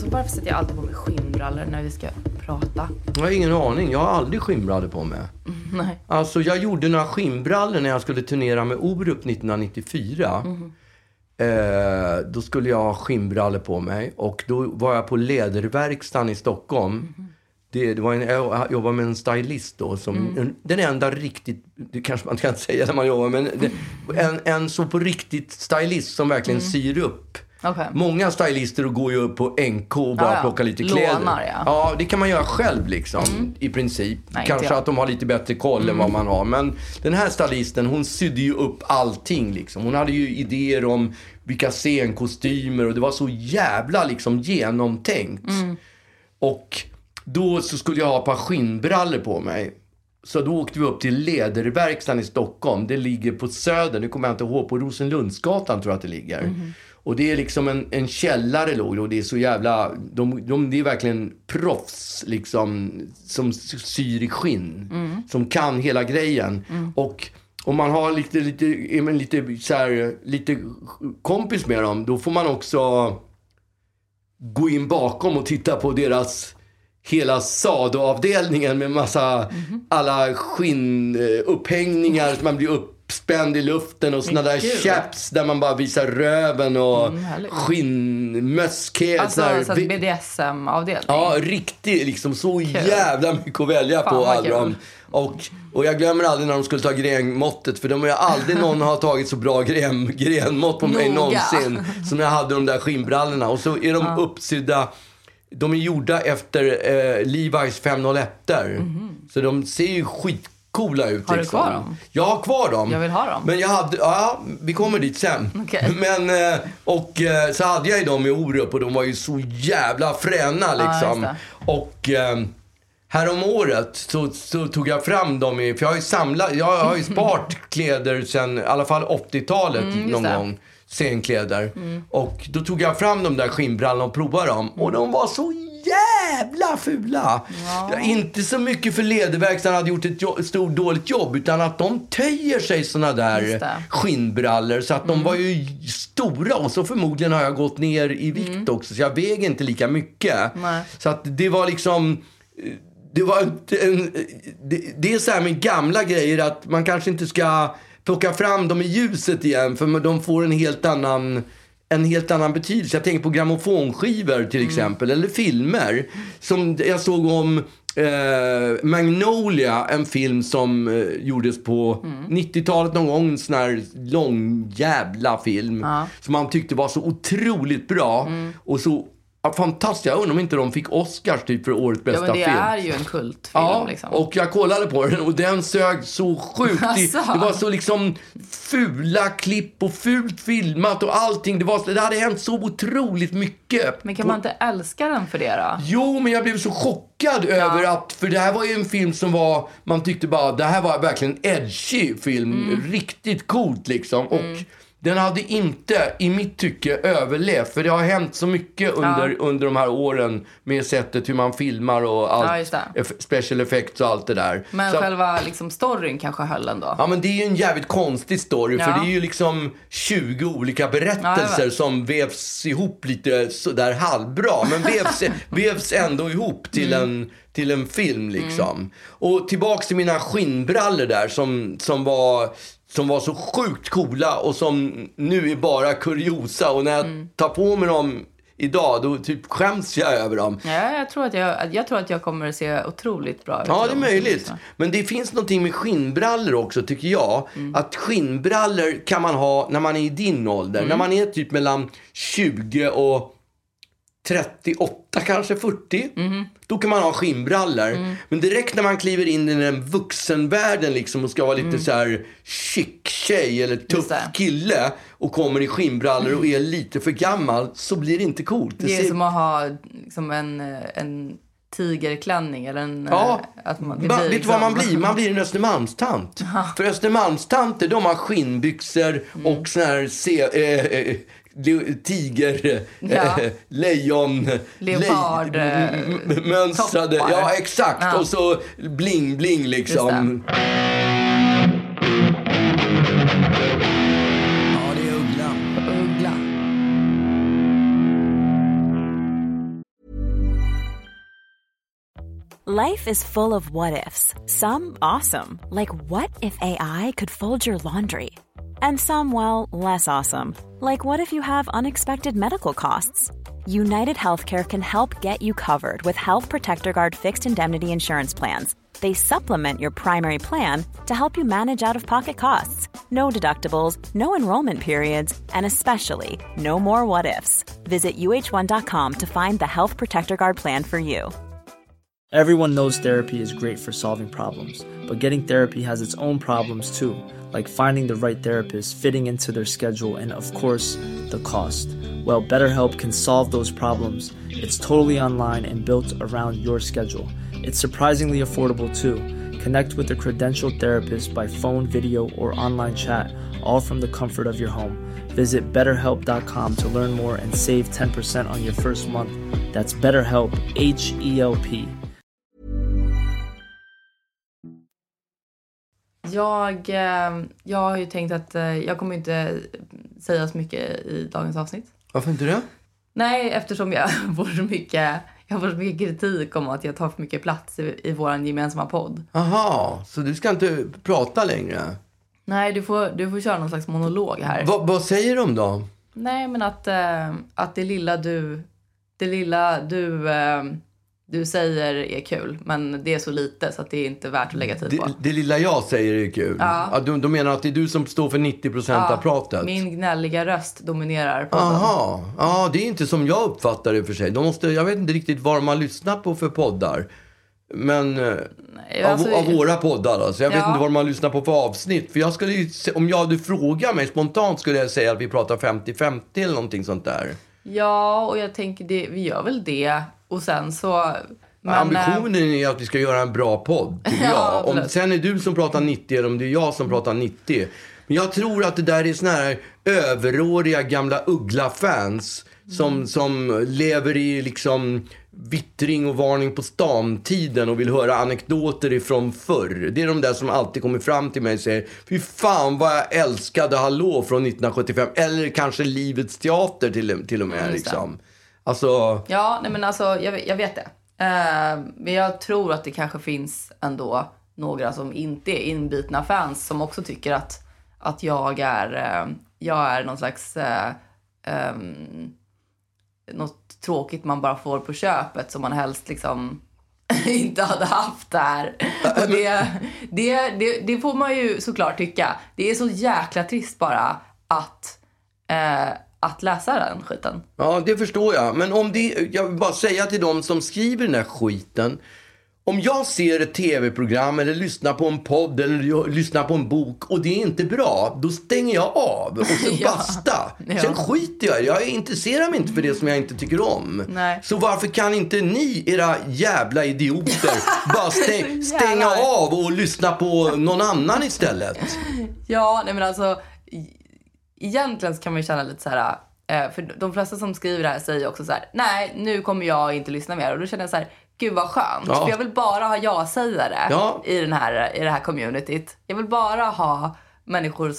varför sätter jag alltid på mig skinnbrallor när vi ska prata? Jag har ingen aning. Jag har aldrig skinnbrallor på mig. Nej. Alltså jag gjorde några skinnbrallor när jag skulle turnera med Orup 1994. Då skulle jag ha skinnbrallor på mig. Och då var jag på Läderverkstan i Stockholm. Det var jag jobbade med en stylist då. Den enda riktigt, det kanske man kan säga när man jobbar. Men en så på riktigt stylist som verkligen syr upp. Okay. Många stylister går ju upp på NK och bara plockar lite kläder. Lånar, ja, det kan man göra själv liksom, i princip. Nej, kanske att de har lite bättre koll än vad man har. Men den här stylisten, hon sydde ju upp allting liksom. Hon hade ju idéer om vilka scenkostymer och det var så jävla liksom genomtänkt. Och då så skulle jag ha ett par skinnbrallor på mig. Så då åkte vi upp till Läderverkstan i Stockholm. Det ligger på Söder, nu kommer jag inte ihåg, på Rosenlundsgatan tror jag att det ligger. Och det är liksom en källare låg och det är så jävla... det är verkligen proffs liksom, som syr i skinn. Som kan hela grejen. Och om man har lite kompis med dem, då får man också gå in bakom och titta på deras... hela sadoavdelningen med massa alla skinnupphängningar som man blir uppspänd i luften och såna där chaps där man bara visar röven och skinnmöske. Alltså så BDSM-avdelning. Ja, riktigt liksom så jävla mycket att välja på alla dem. Och jag glömmer aldrig när de skulle ta grenmåttet, för de har aldrig någon har tagit så bra grenmått på mig någonsin som jag hade de där skinnbrallorna. Och så är de uppsydda. De är gjorda efter Levi's 501-er. Så de ser ju skitcoola ut. Har du kvar dem? Jag har kvar dem. Jag vill ha dem. Men jag hade, vi kommer dit sen. Okay. Men, så hade jag ju dem i Orup och de var ju så jävla fräna liksom. Och härom året så tog jag fram dem för jag har ju sparat kläder sen i alla fall 80-talet någon gång. Scenkläder. Och då tog jag fram de där skinnbrallorna och provade dem. Och de var så jävla fula. Ja. Inte så mycket för Läderverkstan hade gjort ett stort dåligt jobb, utan att de töjer sig såna där skinnbrallor. Så att de var ju stora. Och så förmodligen har jag gått ner i vikt också. Så jag väger inte lika mycket. Nej. Så att det var liksom... Det är så här med gamla grejer att man kanske inte ska... plocka fram dem i ljuset igen, för de får en helt annan betydelse. Jag tänker på grammofonskivor till exempel, eller filmer. Som jag såg om Magnolia, en film som gjordes på 90-talet någon gång, en sån här lång jävla film som man tyckte var så otroligt bra och så fantastiskt. Jag undrar om inte de fick Oscars typ för årets bästa film. Ja, men det är ju en kultfilm liksom. Och jag kollade på den och den sög så sjukt. Det var så liksom fula klipp och fult filmat och allting. Det hade hänt så otroligt mycket. Men kan man inte älska den för det då? Jo, men jag blev så chockad över att, för det här var ju en film som var, man tyckte bara, det här var verkligen en edgy film. Riktigt coolt liksom. Och den hade inte, i mitt tycke, överlevt. För det har hänt så mycket under de här åren med sättet hur man filmar och allt, special effects och allt det där. Men så, själva liksom storyn kanske höll ändå. Ja, men det är ju en jävligt konstig story. För det är ju liksom 20 olika berättelser som vävs ihop lite sådär halvbra. Men vävs ändå ihop till en film liksom. Och tillbaks till mina skinnbrallor där som var så sjukt coola och som nu är bara kuriosa. Och när jag tar på mig dem idag, då typ skäms jag över dem. Ja, jag tror att jag kommer att se otroligt bra ut. Ja, det är möjligt. Men det finns någonting med skinnbrallor också, tycker jag. Att skinnbrallor kan man ha när man är i din ålder. När man är typ mellan 20 och 38, kanske 40. Då kan man ha skinnbrallor. Men direkt när man kliver in i den vuxenvärlden liksom, och ska vara lite så här chic tjej eller tuff kille och kommer i skinnbrallor och är lite för gammal, så blir det inte coolt. Det är som att ha liksom en tigerklänning eller en... att man, vet du vad man blir? Man blir en Östermalmstant. För Östermalmstanter, de har skinnbyxor och sån här tiger, lejon, leopard, mönstrade, toppar. ja exakt, och så bling bling liksom. Life is full of what-ifs. Some awesome, like what if AI could fold your laundry? And some, well, less awesome, like what if you have unexpected medical costs? United Healthcare can help get you covered with Health Protector Guard fixed indemnity insurance plans. They supplement your primary plan to help you manage out-of-pocket costs. No deductibles, no enrollment periods, and especially no more what-ifs. Visit uh1.com to find the Health Protector Guard plan for you. Everyone knows therapy is great for solving problems, but getting therapy has its own problems too, like finding the right therapist, fitting into their schedule, and of course, the cost. Well, BetterHelp can solve those problems. It's totally online and built around your schedule. It's surprisingly affordable too. Connect with a credentialed therapist by phone, video, or online chat, all from the comfort of your home. Visit BetterHelp.com to learn more and save 10% on your first month. That's BetterHelp, H-E-L-P. Jag har ju tänkt att jag kommer inte säga så mycket i dagens avsnitt. Varför inte det? Nej, eftersom jag får så mycket kritik om att jag tar för mycket plats i våran gemensamma podd. Aha, så du ska inte prata längre? Nej, du får köra någon slags monolog här. Vad säger de då? Nej, men att det lilla du säger är kul, men det är så lite så att det är inte värt att lägga tid på. Det lilla jag säger är kul? Ja. De menar att det är du som står för 90% av pratet? Min gnälliga röst dominerar på. Aha, ja, det är inte som jag uppfattar det för sig. Jag vet inte riktigt vad de har lyssnat på för poddar. Men nej, alltså, av våra poddar alltså. Jag vet inte vad de har lyssnat på för avsnitt. För jag skulle ju, om du frågar mig spontant skulle jag säga att vi pratar 50-50 eller någonting sånt där. Ja, och jag tänker vi gör väl det. Och sen så... Men, ambitionen är att vi ska göra en bra podd, tycker jag. Om sen är du som pratar 90 eller om det är jag som pratar 90. Men jag tror att det där är såna här överåriga gamla Uggla-fans som lever i liksom vittring och varning på stan-tiden och vill höra anekdoter ifrån förr. Det är de där som alltid kommer fram till mig och säger: fy fan vad jag älskade Hallå från 1975. Eller kanske Livets teater till och med liksom. Alltså... Ja, nej men alltså, jag vet det. Men jag tror att det kanske finns ändå några som inte är inbitna fans som också tycker att jag är någon slags något tråkigt man bara får på köpet som man helst liksom inte hade haft där. Och det får man ju såklart tycka. Det är så jäkla trist bara att läsa den skiten. Ja, det förstår jag. Men jag vill bara säga till dem som skriver den här skiten. Om jag ser ett tv-program eller lyssnar på en podd eller lyssnar på en bok och det är inte bra, då stänger jag av och så basta. Sen skiter jag. Jag intresserar mig inte för det som jag inte tycker om. Nej. Så varför kan inte ni, era jävla idioter, bara stänga av och lyssna på någon annan istället? Ja, nej men alltså... Egentligen så kan man ju känna lite så här, för de flesta som skriver det här säger också så här: nej, nu kommer jag inte lyssna mer. Och då känner jag så här, gud vad skönt. Ja. För jag vill bara ha ja-sägare i det här communityt. Jag vill bara ha människor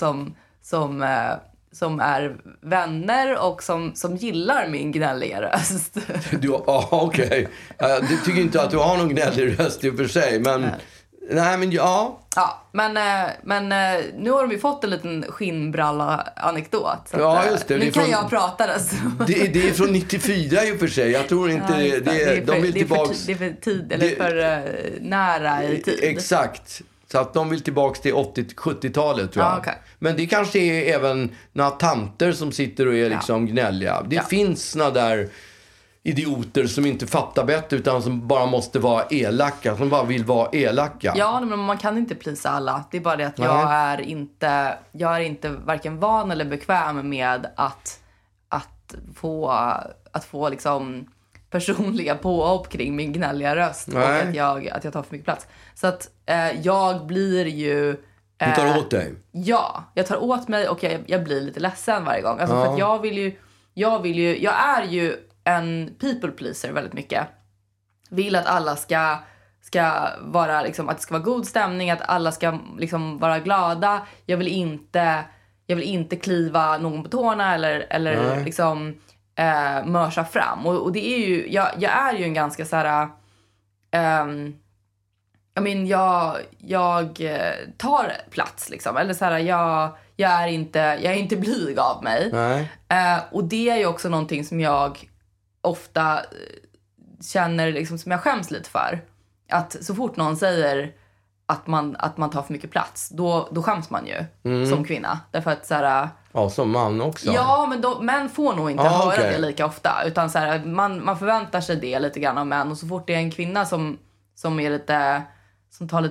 som är vänner och som gillar min gnälliga röst. Okej. Du tycker inte att du har någon gnällig röst i och för sig, men... Nej, men ja. Ja, men nu har de ju fått en liten skinnbralla-anekdot. Ja, just det. Nu kan jag prata det. Det är från 94 i och för sig. Jag tror inte de vill tillbaks... Det är för tid, eller för nära i tid. Exakt. Så att de vill tillbaks till 80-70-talet, tror jag. Okay. Men det kanske är även några tanter som sitter och är liksom gnälliga. Det finns såna där... idioter som inte fattar bättre utan som bara måste vara elaka, som bara vill vara elaka. Ja, men man kan inte plisa alla. Det är bara det att jag är inte varken van eller bekväm med att få liksom personliga påhopp kring min gnälliga röst. Nej. Och att jag tar för mycket plats. Så att jag blir ju... Du tar åt dig? Ja, jag tar åt mig och jag blir lite ledsen varje gång. Alltså för att jag är ju en people pleaser väldigt mycket. Vill att alla ska vara liksom, att det ska vara god stämning, att alla ska liksom vara glada. Jag vill inte kliva någon på tårna eller liksom mörsa fram. Och det är ju jag är ju en ganska så här jag tar plats liksom. Eller så här, jag är inte blyg av mig. Och det är ju också någonting som jag ofta känner liksom, som jag skäms lite för. Att så fort någon säger att man tar för mycket plats, då skäms man ju som kvinna. Därför att så här, ja, som man också. Ja, men män får nog inte höra det lika ofta. Utan så här, man förväntar sig det lite grann av män. Och så fort det är en kvinna som är lite, som tar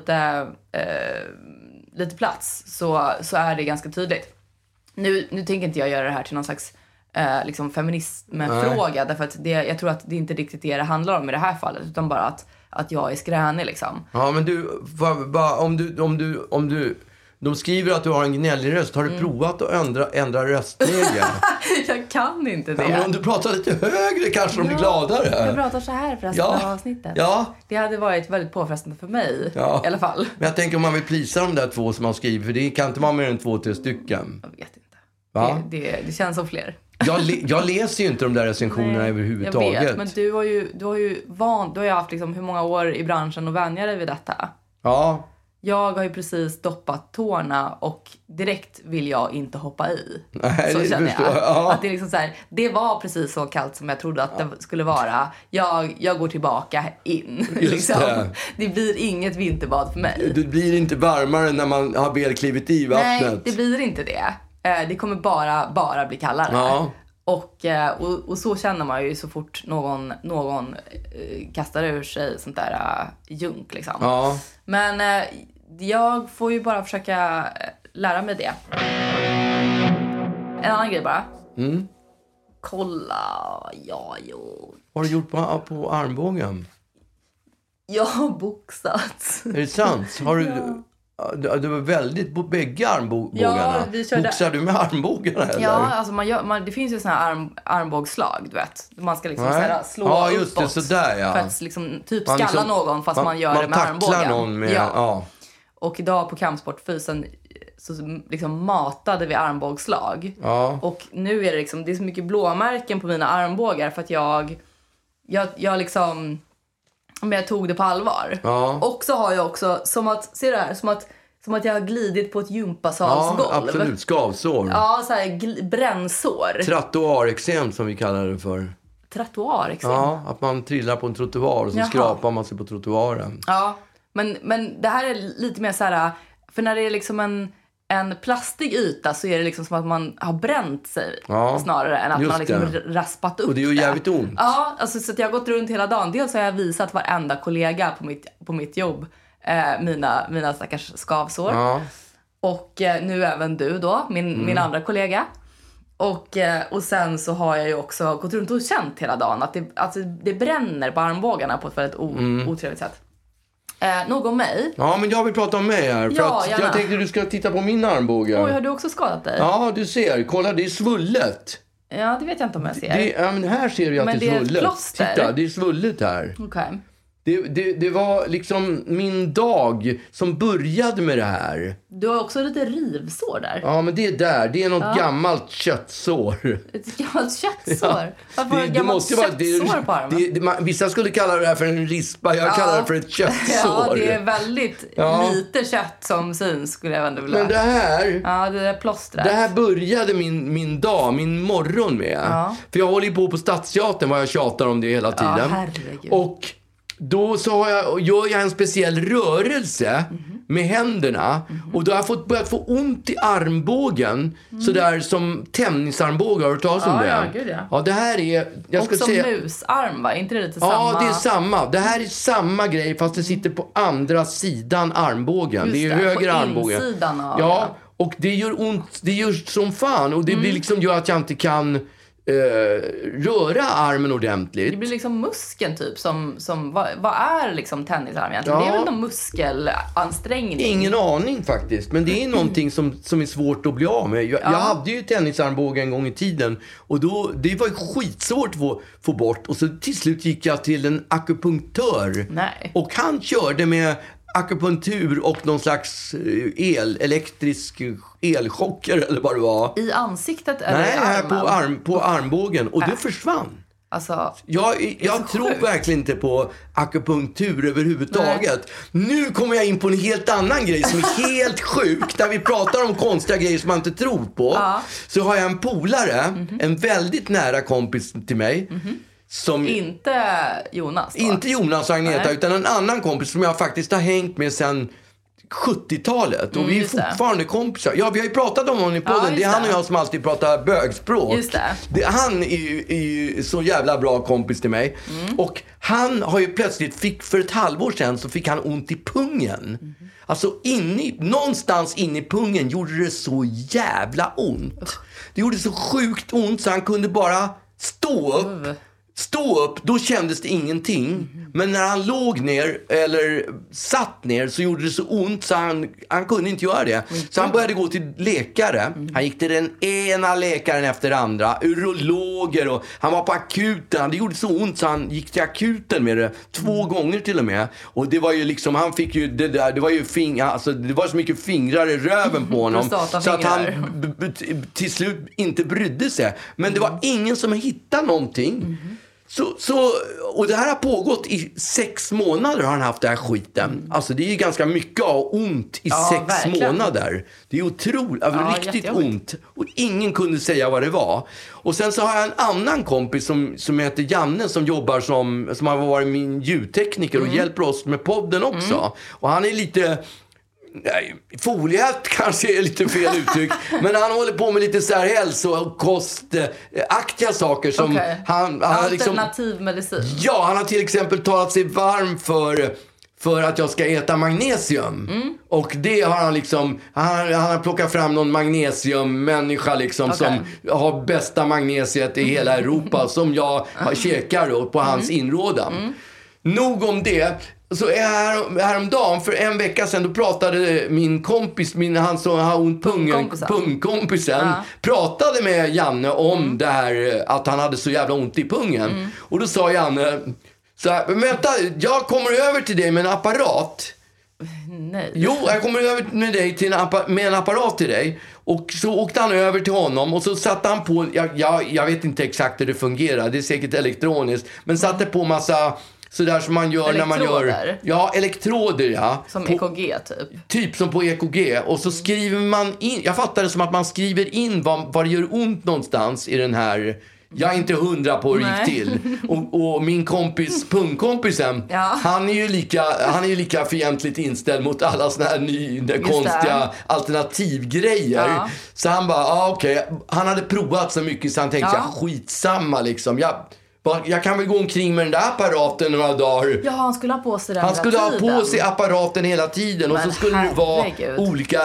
lite plats, så är det ganska tydligt. Nu tänker inte jag göra det här till någon slags liksom feminismfråga. Därför att jag tror att det inte riktigt det handlar om i det här fallet. Utan bara att jag är skränig liksom. Ja, men du, om du de skriver att du har en gnällig röst. Har du provat att ändra röstläge? Jag kan inte det. Ja, men om du pratar lite högre kanske de blir gladare. Jag pratar så här förresten av avsnittet. Ja. Det hade varit väldigt påfrestande för mig i alla fall. Men jag tänker om man vill plisa de där 2 som har skrivit. För det kan inte vara mer än 2-3 stycken. Jag vet inte. Det känns som fler. Jag läser ju inte de där recensionerna överhuvudtaget. Jag vet, men du har ju haft liksom hur många år i branschen och vänja dig vid detta. Ja. Jag har ju precis doppat tårna och direkt vill jag inte hoppa i. Nej, så känner jag. Ja. Att det är liksom så här, det var precis så kallt som jag trodde att det skulle vara. Jag går tillbaka in. Liksom. Det blir inget vinterbad för mig. Det blir inte varmare när man har väl klivit i vattnet. Nej, det blir inte det. Det kommer bara bli kallare. Ja. Och så känner man ju så fort någon kastar ur sig sånt där junk liksom. Ja. Men jag får ju bara försöka lära mig det. En annan grej bara. Kolla, Vad har du gjort på armbågen? Jag har boxat. Är det sant? Har du... Du var väldigt på bägge armbågarna. Ja, boxar du med armbågarna eller? Ja, alltså det finns ju såna här armbågslag, du vet. Man ska liksom slå uppåt. Just det, sådär, ja. För att liksom, typ skalla någon fast man gör det med armbågen. Man tacklar någon med... Ja. Och idag på kampsportfysen så liksom matade vi armbågslag. Ja. Och nu är det liksom, det är så mycket blåmärken på mina armbågar för att jag liksom... Men jag tog det på allvar. Ja. Och så har jag också, som att jag har glidit på ett gympasalsgolv. Ja, absolut. Skavsår. Ja, så här brännsår. Trottoarexem som vi kallar det för. Trottoarexem? Ja, att man trillar på en trottoar och så skrapar man sig på trottoaren. Ja, men det här är lite mer så här, för när det är liksom en plastig yta så är det liksom som att man har bränt sig snarare än att man liksom raspat upp. Och det gör jävligt ont. Ja, alltså, så att jag har gått runt hela dagen. Dels har jag visat varenda kollega på mitt jobb mina stackars skavsår. Ja. Och nu även du då, min andra kollega. Och sen så har jag ju också gått runt och känt hela dagen att det bränner på armbågarna på ett väldigt otrevligt sätt. Nog om mig. Ja, men jag vill prata om mig här. För att jag tänkte att du ska titta på min armbåge. Oj, har du också skadat dig? Ja, du ser. Kolla, det är svullet. Ja, det vet jag inte om jag ser. Men här ser jag att det är svullet. Men det är ett plåster. Titta, det är svullet här. Okej. Det var liksom min dag som började med det här. Du har också lite rivsår där. Ja, men det är där. Det är något gammalt köttsår. Ett gammalt köttsår? Varför har du gammalt köttsår på armen? Vissa skulle kalla det här för en rispa. Jag kallar det för ett köttsår. Ja, det är väldigt lite kött som syns, skulle jag ändå vilja. Men det här... Ja, det där plåstret. Det här började min dag, min morgon med. Ja. För jag håller ju på Stadsteatern, vad jag tjatar om det hela tiden. Ja, herregud. Och då gör jag en speciell rörelse med händerna. Och då har jag börjat få ont i armbågen. Sådär som tennisarmbågar. Har du talat om det? Ja, gud ja. Ja, det här är... Och som musarm, va? Inte det lite samma? Ja, det är samma. Det här är samma grej fast det sitter på andra sidan armbågen. Just det är höger armbågen. Insidan av och det gör ont. Det gör som fan. Och det blir liksom gör att jag inte kan... röra armen ordentligt. Det blir liksom muskeln typ vad är liksom tennisarm egentligen? Det är väl någon muskelansträngning? Ingen aning faktiskt, men det är någonting som är svårt att bli av med. Jag hade ju tennisarmbåge en gång i tiden och då, det var ju skitsvårt att få bort och så till slut gick jag till en akupunktör. Nej. Och han körde med akupunktur och någon slags elektrisk elchocker eller vad det var. I ansiktet eller Nej, i armen? här på armbågen. Och det försvann. Alltså, jag tror verkligen inte på akupunktur överhuvudtaget. Nu kommer jag in på en helt annan grej som är helt sjuk. Där vi pratar om konstiga grejer som man inte tror på. Så har jag en polare, en väldigt nära kompis till mig. Som, inte Jonas då? Inte Jonas och Agneta, utan en annan kompis som jag faktiskt har hängt med sedan 70-talet. Och vi är fortfarande kompisar. Ja, vi har ju pratat om honom i podden. Det är han och jag som alltid pratar bögspråk. Just det. Han är ju så jävla bra kompis till mig. Och han har ju plötsligt, för ett halvår sedan så fick han ont i pungen. Alltså någonstans inne i pungen gjorde det så jävla ont. Det gjorde så sjukt ont så han kunde bara stå upp, då kändes det ingenting. Men när han låg ner eller satt ner så gjorde det så ont så han kunde inte göra det. Så han började gå till läkare. Han gick till den ena läkaren efter den andra. Urologer och han var på akuten. Det gjorde så ont så han gick till akuten med det 2 gånger till och med. Och det var ju liksom, han fick ju det där, det var ju det var så mycket fingrar i röven på honom. Så att han till slut inte brydde sig. Men det var ingen som hittade någonting. Och det här har pågått i 6 månader har han haft det här skiten. Alltså det är ju ganska mycket av ont i 6 månader. Det är otroligt, riktigt ont. Och ingen kunde säga vad det var. Och sen så har jag en annan kompis som heter Janne som jobbar som har varit min ljudtekniker och hjälper oss med podden också. Och han är lite... Foliat kanske är lite fel uttryck. Men han håller på med lite så här hälso- och kostaktiga saker som han alternativ medicin. Ja, han har till exempel talat sig varm för att jag ska äta magnesium. Och det har han liksom han har plockat fram någon magnesiummänniska liksom som har bästa magnesiet i hela Europa som jag käkar då på hans inrådan. Nog om det. Så häromdagen, för en vecka sedan, då pratade min kompis, han som har ont pungkompisen, pratade med Janne om det här, att han hade så jävla ont i pungen. Och då sa Janne så här, vänta, jag kommer över till dig med en apparat. Nej. Jo, jag kommer över med dig med en apparat till dig. Och så åkte han över till honom och så satte han på, jag vet inte exakt hur det fungerar, det är säkert elektroniskt, men satte på massa... Så där som man gör när man gör... Ja, elektroder, Som EKG typ. Typ som på EKG. Och så skriver man in... Jag fattar det som att man skriver in vad det gör ont någonstans i den här... Jag är inte 100 på hur det gick till. Och min pungkompisen, han är ju lika fientligt inställd mot alla såna här konstiga alternativgrejer. Så han bara, okej. Han hade provat så mycket så han tänkte, skitsamma liksom. Jag kan väl gå omkring med den där apparaten några dagar. Ja, han skulle ha på sig den Han skulle ha på sig apparaten hela tiden. Men och så skulle det vara olika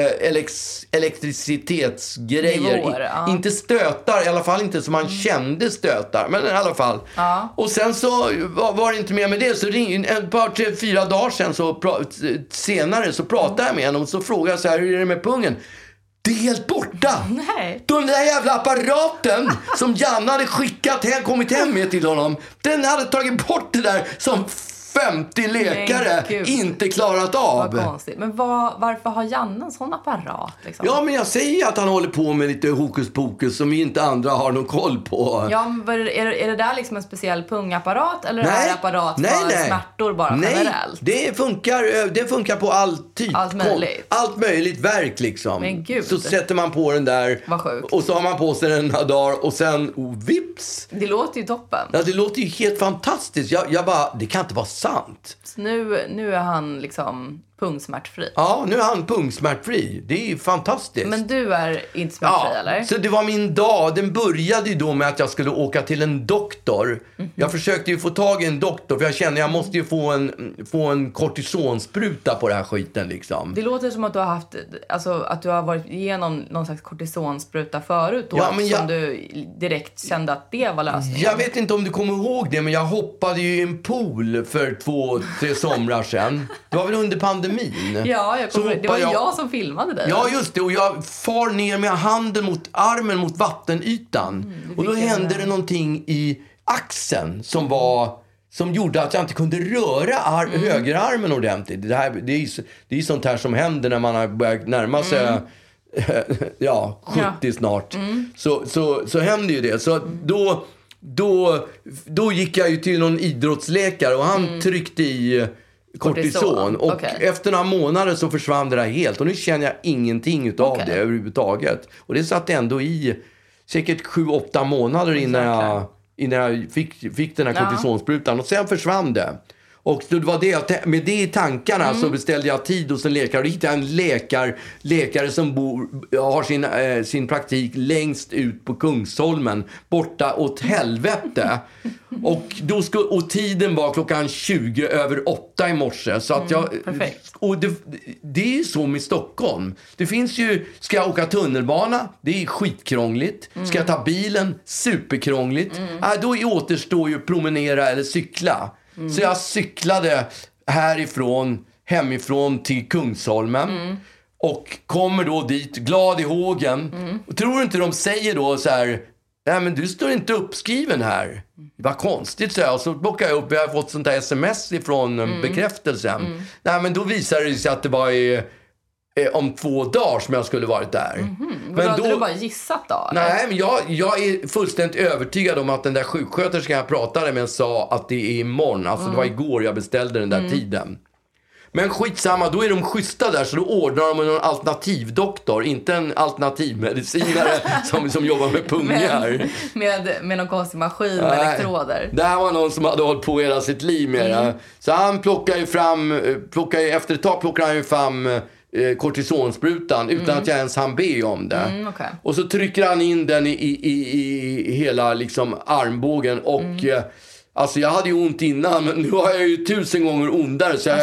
elektricitetsgrejer. Nivåer, inte stötar, i alla fall inte som man kände stötar. Men i alla fall. Och sen så var det inte mer med det. Så ett par, 3-4 dagar senare så pratade jag med honom. Och så frågade jag så här, hur är det med pungen? Det är helt borta. Nej. Den där jävla apparaten som Janne hade kommit hem med till honom. Den hade tagit bort det där som 50 läkare inte klarat av. Vad konstigt. Men varför har Janne en sån apparat? Liksom? Ja, men jag säger att han håller på med lite hokus pokus som vi inte andra har någon koll på. Ja, men är det där liksom en speciell pungapparat? Eller är det apparat för smärtor bara generellt? Det funkar på all typ. Allt möjligt? Allt möjligt verk liksom. Men gud. Så sätter man på den där. Vad sjukt. Och så har man på sig den några dagar och sen vips. Det låter ju toppen. Ja, det låter ju helt fantastiskt. Jag bara, det kan inte vara sant. Så nu är han liksom pungsmärtfri. Ja, nu är han pungsmärtfri. Det är ju fantastiskt. Men du är inte smärtfri, eller? Så det var min dag. Den började ju då med att jag skulle åka till en doktor. Jag försökte ju få tag i en doktor. För jag kände jag måste ju få en kortisonspruta på den här skiten liksom. Det låter som att du har haft, alltså att du har varit igenom någon slags kortisonspruta förut då. Som du direkt kände att det var lösningen. Jag vet inte om du kommer ihåg det, men jag hoppade ju i en pool för 2-3 somrar sedan. Det var väl under pandemin. Ja, det var jag som filmade dig. Ja, just det. Och jag far ner med armen mot vattenytan. Och då hände det någonting i axeln som gjorde att jag inte kunde röra högerarmen ordentligt. Det är sånt här som händer när man har börjat närma sig 70 snart. Så händer ju det. Så då gick jag ju till någon idrottsläkare och han tryckte i kortison. Och efter några månader så försvann det där helt. Och nu känner jag ingenting utav det överhuvudtaget. Och det satt ändå i säkert 7-8 månader innan jag fick den här kortisonsprutan. Och sen försvann det. Och det var det, med det i tankarna så beställde jag tid hos en läkare. Och hittade en läkare som har sin praktik längst ut på Kungsholmen. Borta åt helvete. Och tiden var 7:20 i morse. Så att och det är ju så med Stockholm. Det finns ju, ska jag åka tunnelbana? Det är skitkrångligt. Ska jag ta bilen? Superkrångligt. Då återstår ju promenera eller cykla. Så jag cyklade hemifrån till Kungsholmen. Och kommer då dit, glad i hågen. Och tror inte de säger då så här: nej, men du står inte uppskriven här. Vad konstigt, så jag. Och så plockar jag upp, jag har fått sånt där sms ifrån bekräftelsen. Nej, men då visade det sig att det var om 2 dagar som jag skulle varit där. Men hade du bara gissat då? Eller? Nej, men jag är fullständigt övertygad om att den där sjuksköterskan jag pratade med sa att det är imorgon. Alltså det var igår jag beställde den där tiden. Men skitsamma, då är de schyssta där, så då ordnar de en alternativdoktor, inte en alternativmedicinare som jobbar med pungar. Med någon konstig maskin med elektroder. Det här var någon som hade hållit på hela sitt liv med det. Så han efter ett tag plockar han ju fram kortisonsprutan utan att jag ens hann be om det. Och så trycker han in den i hela liksom armbågen och alltså jag hade ju ont innan, men nu har jag ju 1000 gånger ondare, så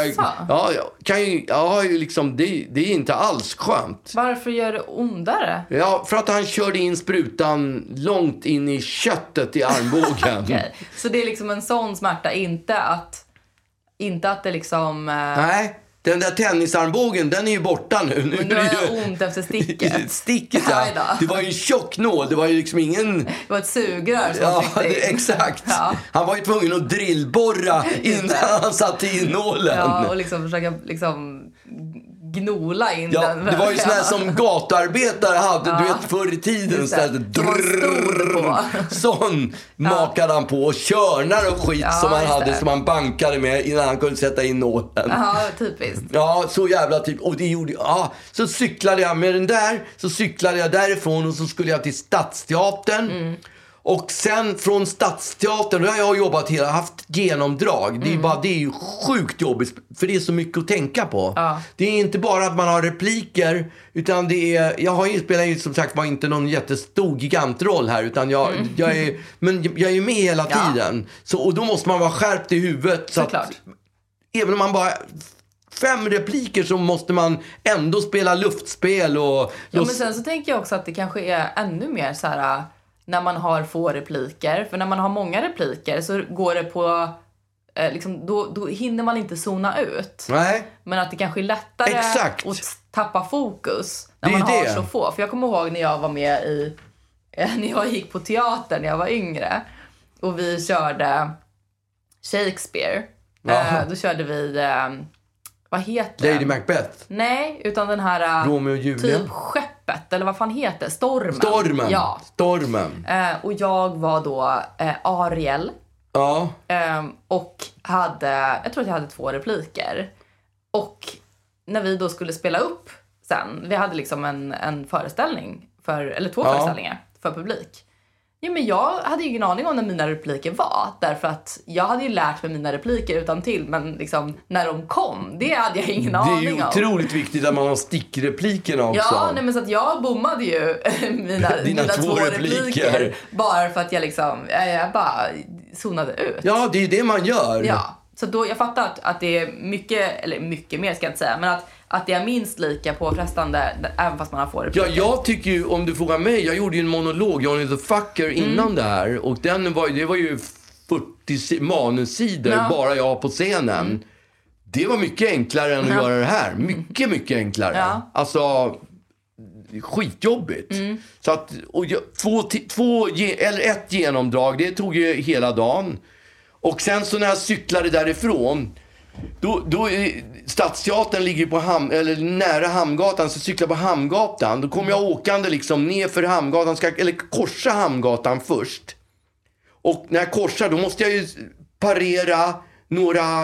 det är inte alls skönt. Varför gör det ondare? Ja, för att han körde in sprutan långt in i köttet i armbågen. Okay. Så det är liksom en sån smärta, inte att det liksom... Nej. Den där tennisarmbågen, den är ju borta nu. Men nu har jag ont efter sticket. Sticket, ja. Det var ju en tjock nål. Det var ju liksom ingen... Det var ett sugrör som exakt. Ja. Han var ju tvungen att drillborra innan han satte in nålen. Ja, och liksom försöka gnola in den. Det var ju sån här som gatuarbetare hade, du vet, förr i tiden. Sån makade han på. Och körnar och skit som han hade, som han bankade med innan han kunde sätta in nålen. Ja, typiskt. Ja, så jävla typ. Och det gjorde så cyklade jag med den där. Så cyklade jag därifrån och så skulle jag till Stadsteatern. Och sen från Stadsteatern, då har jag jobbat haft genomdrag. Det är ju sjukt jobbigt, för det är så mycket att tänka på. Det är inte bara att man har repliker, utan det är, spelar ju som sagt var inte någon jättestor gigantroll här, utan jag är med hela tiden. Och då måste man vara skärpt i huvudet. Så att, även om man bara 5 repliker, så måste man ändå spela luftspel och... Ja, men sen så tänker jag också att det kanske är ännu mer så här... när man har få repliker. För när man har många repliker så går det på... då hinner man inte zona ut. Nej. Men att det kanske är lättare att tappa fokus när man har så få. För jag kommer ihåg när jag var med när jag gick på teatern när jag var yngre. Och vi körde Shakespeare. Då körde vi... vad heter Lady Macbeth? Nej, utan den här... Romeo och Julia? Typ Skeppet, eller vad fan heter? Stormen. Stormen. Och jag var då Ariel. Ja. Och jag tror att jag hade 2 repliker. Och när vi då skulle spela upp sen, vi hade liksom en föreställning, eller 2 föreställningar för publik. Ja, men jag hade ju ingen aning om när mina repliker var. Därför att jag hade ju lärt mig mina repliker utan till. Men liksom, när de kom, det hade jag ingen aning om. Det är ju otroligt viktigt att man har stickreplikerna också. Ja, nej, men så att jag bommade ju mina 2 repliker. Bara för att jag bara zonade ut. Ja, det är det man gör. Ja, så då jag fattar att det är mycket mer ska jag inte säga. Men att det är minst lika påfrestande även fast man har få repliker. Ja, jag tycker ju, om du frågar mig, jag gjorde ju en monolog, Johnny the Fucker, innan det här. Och det var ju 40 manussidor, bara jag på scenen. Det var mycket enklare än att göra det här. Mycket, mycket enklare. Ja. Alltså, skitjobbigt. Så att, ett genomdrag, det tog ju hela dagen. Och sen så när jag cyklade därifrån, då Stadsteatern ligger på nära Hamngatan, så cyklar på Hamngatan. Då kommer jag åkande liksom ner för Hamngatan, eller korsa Hamngatan först. Och när jag korsar då måste jag ju parera några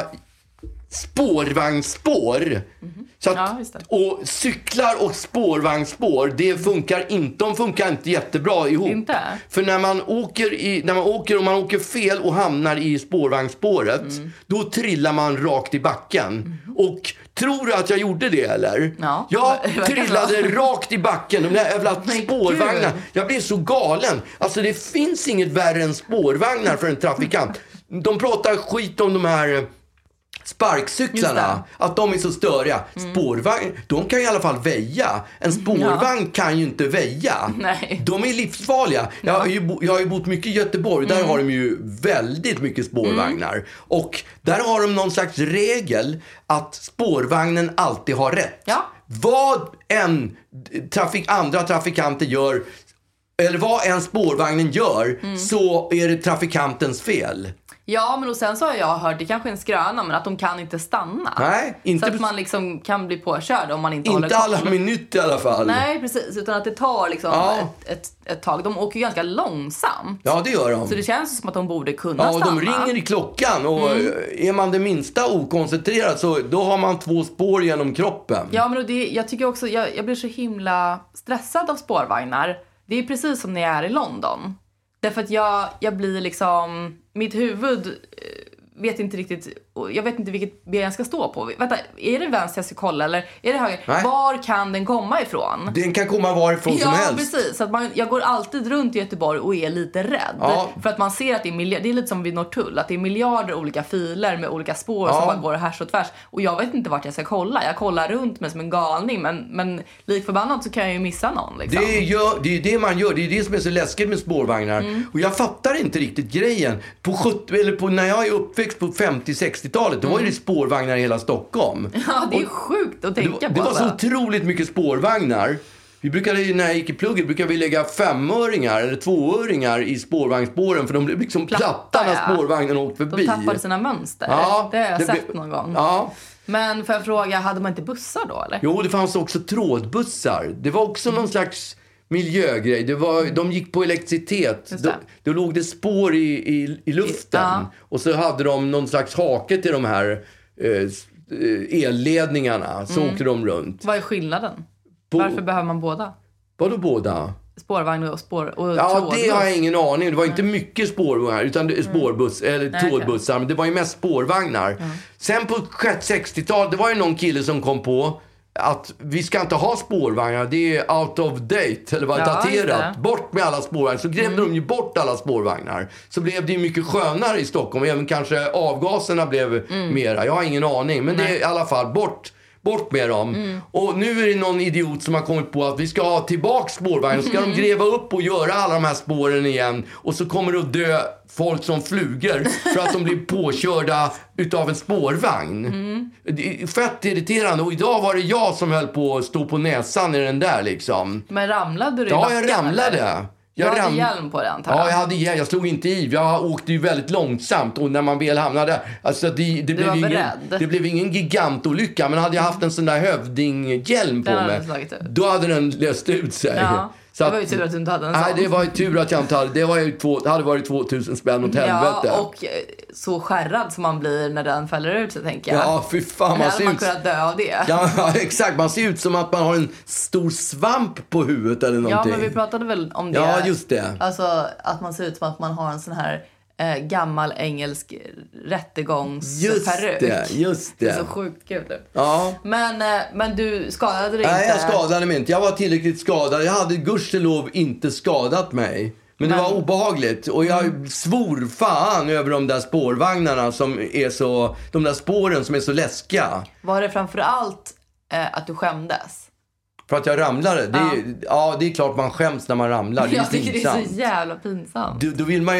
spårvagnsspår. Så att, och cyklar och spårvagnsspår, det funkar inte. De funkar inte jättebra ihop. Inte? För när man åker fel och hamnar i spårvagnsspåret, då trillar man rakt i backen. Och tror du att jag gjorde det eller? Ja. Jag trillade rakt i backen. De där jävla spårvagnar. Jag blev så galen. Alltså det finns inget värre än spårvagnar för en trafikant. De pratar skit om de här sparkcyklarna, att de är så störiga. Spårvagn, de kan i alla fall väja. En spårvagn kan ju inte väja. Nej. De är livsfarliga. Jag har ju bott mycket i Göteborg. Där har de ju väldigt mycket spårvagnar. Och där har de någon slags regel att spårvagnen alltid har rätt. Ja. Vad andra trafikanter gör, eller vad en spårvagnen gör, så är det trafikantens fel. Ja, men och sen så har jag hört, det kanske är en skröna, men att de kan inte stanna. Nej, inte. Så att man liksom kan bli påkörd om man inte håller koll. Inte alla minuter i alla fall. Nej, precis. Utan att det tar liksom ett tag. De åker ju ganska långsamt. Ja, det gör de. Så det känns som att de borde kunna stanna. Ja, och de ringer i klockan. Och är man det minsta okoncentrerad så då har man 2 spår genom kroppen. Ja, men jag tycker också, jag blir så himla stressad av spårvagnar. Det är precis som när jag är i London. Därför att jag blir liksom, mitt huvud vet inte riktigt, jag vet inte vilket ben jag ska stå på. Vänta, är det vänster jag ska kolla eller är det höger? Nej. Var kan den komma ifrån? Den kan komma varifrån som helst. Ja, precis. Så att jag går alltid runt i Göteborg och är lite rädd. Ja. För att man ser att det är lite som vid Norrtull, att det är miljarder olika filer med olika spår som man går härs och tvärs. Och jag vet inte vart jag ska kolla. Jag kollar runt mig som en galning, men likförbannat så kan jag ju missa någon. Liksom. Det är det man gör. Det är det som är så läskigt med spårvagnar. Och jag fattar inte riktigt grejen. När jag är uppväxt på 50-60-talet, då var det spårvagnar i hela Stockholm. Ja, det är sjukt att tänka på. Det var så otroligt mycket spårvagnar. Vi brukade, när jag gick i plugget, brukade vi lägga 5-öringar eller 2-öringar i spårvagnsspåren, för de blev liksom platta när spårvagnen åkte förbi. De tappade sina mönster. Ja, det har jag sett någon gång. Ja. Men får jag fråga, hade man inte bussar då eller? Jo, det fanns också trådbussar. Det var också någon slags miljögrej. De gick på elektricitet. Då låg det spår i luften. Ja. Och så hade de någon slags hake till de här elledningarna. Så åkte de runt. Vad är skillnaden? Varför behöver man båda? Vadå båda? Spårvagn och trådbuss. Ja, det har jag ingen aning. Det var inte mycket spårvagnar utan spårbuss eller trådbussar, men det var ju mest spårvagnar. Sen på 60-talet, det var ju någon kille som kom på att vi ska inte ha spårvagnar, det är out of date eller vad daterat. Bort med alla spårvagnar. Så grävde de ju bort alla spårvagnar. Så blev det ju mycket skönare i Stockholm. Även kanske avgaserna blev mera. Jag har ingen aning, men det är i alla fall bort med dem. Och nu är det någon idiot som har kommit på att vi ska ha tillbaka spårvagnar. Så ska de gräva upp och göra alla de här spåren igen. Och så kommer det att dö folk som flugor för att de blir påkörda utav en spårvagn. Det är fett irriterande. Och idag var det jag som höll på att stå på näsan i den där liksom. Men ramlade du i backen? Ja, jag ramlade. Eller? Jag hade hjälm på den. Ja, jag hade hjälm. Jag slog inte i. Jag åkte ju väldigt långsamt. Och när man väl hamnade... Alltså det blev ingen gigantolycka. Men hade jag haft en sån där hövdinghjälm på mig, då hade den löst ut sig. Ja. Så det var ju tur att du inte hade en sån. Nej, det var ju tur att jag inte hade. Det hade varit 2000 spänn åt helvete. Ja, och så skärrad som man blir när den fäller ut sig, tänker jag. Ja, fy fan. Man kunnat dö av det. Ja, exakt. Man ser ut som att man har en stor svamp på huvudet eller någonting. Ja, men vi pratade väl om det. Ja, just det. Alltså, att man ser ut som att man har en sån här gammal engelsk rättegångsperuk. Just det. Det är så sjukt kul. Ja. Men du skadade dig inte? Nej, jag skadade mig inte. Jag var tillräckligt skadad. Jag hade gudskelov inte skadat mig. Men det var obehagligt. Och jag svor fan över de där spårvagnarna som är så... De där spåren som är så läskiga. Var det framförallt att du skämdes? För att jag ramlade. Det är klart man skäms när man ramlar. Jag tycker det är så jävla pinsamt. Då vill man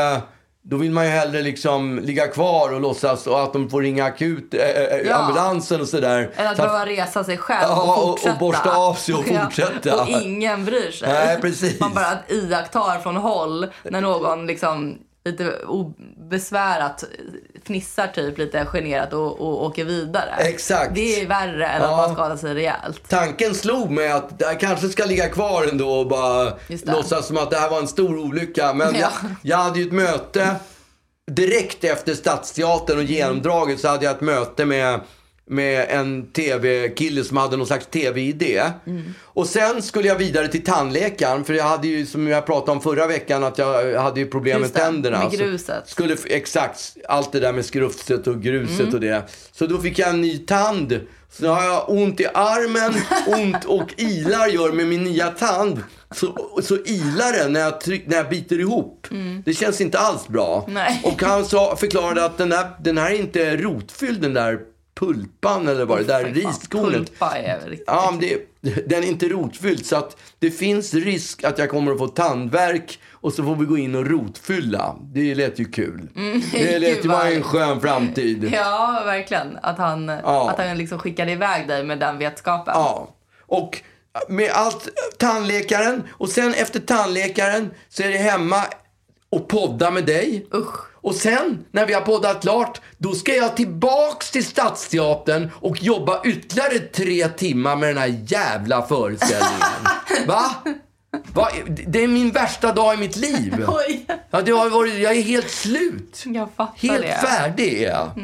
ju hellre liksom ligga kvar och låtsas och att de får ringa akut ambulansen och sådär. Eller att behöva resa sig själv och fortsätta. Och borsta av sig och fortsätta. Och ingen bryr sig. Nej, precis. Man bara iakttar från håll när någon liksom lite obesvärat fnissar typ lite generat och åker vidare. Exakt. Det är värre än att man skadar sig rejält. Tanken slog mig att jag kanske ska ligga kvar ändå och bara låtsas som att det här var en stor olycka. Men jag hade ju ett möte direkt efter Stadsteatern och genomdraget, så hade jag ett möte med en tv-kille som hade någon slags tv-idé. Och sen skulle jag vidare till tandläkaren, för jag hade ju, som jag pratade om förra veckan, att jag hade ju problem med tänderna. Med gruset. Exakt, allt det där med skrufset och gruset och det. Så då fick jag en ny tand. Så nu har jag ont i armen, ont och ilar gör med min nya tand. Så ilar det när jag biter ihop. Det känns inte alls bra. Nej. Och han förklarade att den här är inte rotfylld, den där pulpan eller vad det där riskornet. Pulpa är riktigt. Ja, den är inte rotfylld, så att det finns risk att jag kommer att få tandvärk och så får vi gå in och rotfylla. Det lät ju kul. Det lät ju vara en skön framtid. Ja, verkligen. Att han liksom skickade iväg dig med den vetskapen. Ja, och med allt tandläkaren, och sen efter tandläkaren så är det hemma och podda med dig. Usch. Och sen, när vi har poddat klart, då ska jag tillbaks till Stadsteatern och jobba ytterligare 3 timmar med den här jävla föreställningen. Va? Det är min värsta dag i mitt liv. Oj. Ja, det har varit, jag är helt slut. Jag fattar helt det. Färdig är jag.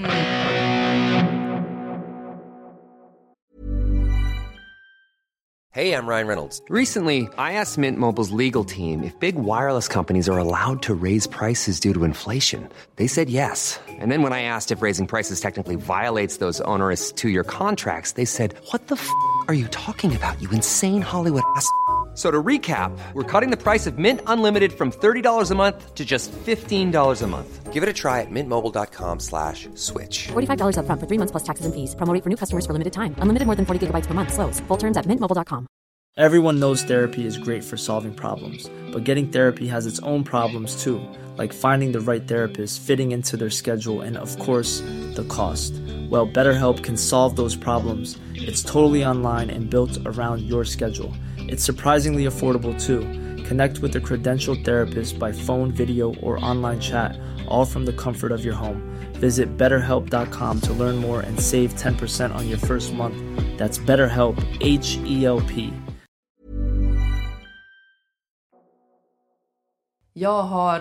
Hey, I'm Ryan Reynolds. Recently, I asked Mint Mobile's legal team if big wireless companies are allowed to raise prices due to inflation. They said yes. And then when I asked if raising prices technically violates those onerous 2-year contracts, they said, "What the f*** are you talking about, you insane Hollywood ass?" So to recap, we're cutting the price of Mint Unlimited from $30 a month to just $15 a month. Give it a try at mintmobile.com/switch. $45 up front for 3 months plus taxes and fees. Promo rate for new customers for limited time. Unlimited more than 40 gigabytes per month. Slows full terms at mintmobile.com. Everyone knows therapy is great for solving problems, but getting therapy has its own problems too, like finding the right therapist, fitting into their schedule, and of course, the cost. Well, BetterHelp can solve those problems. It's totally online and built around your schedule. It's surprisingly affordable too. Connect with a credentialed therapist by phone, video, or online chat, all from the comfort of your home. Visit BetterHelp.com to learn more and save 10% on your first month. That's BetterHelp, H-E-L-P. Jag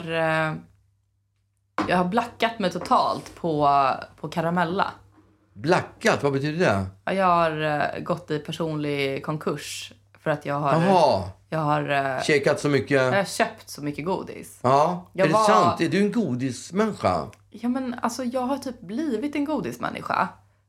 har blackat mig totalt på Karamella. Blackat, vad betyder det? Jag har gått i personlig konkurs för att jag har... Jaha. Jag har käkat så mycket. Jag har köpt så mycket godis. Ja, är det sant? Är du en godismänniska? Ja, men alltså jag har typ blivit en godismänniska.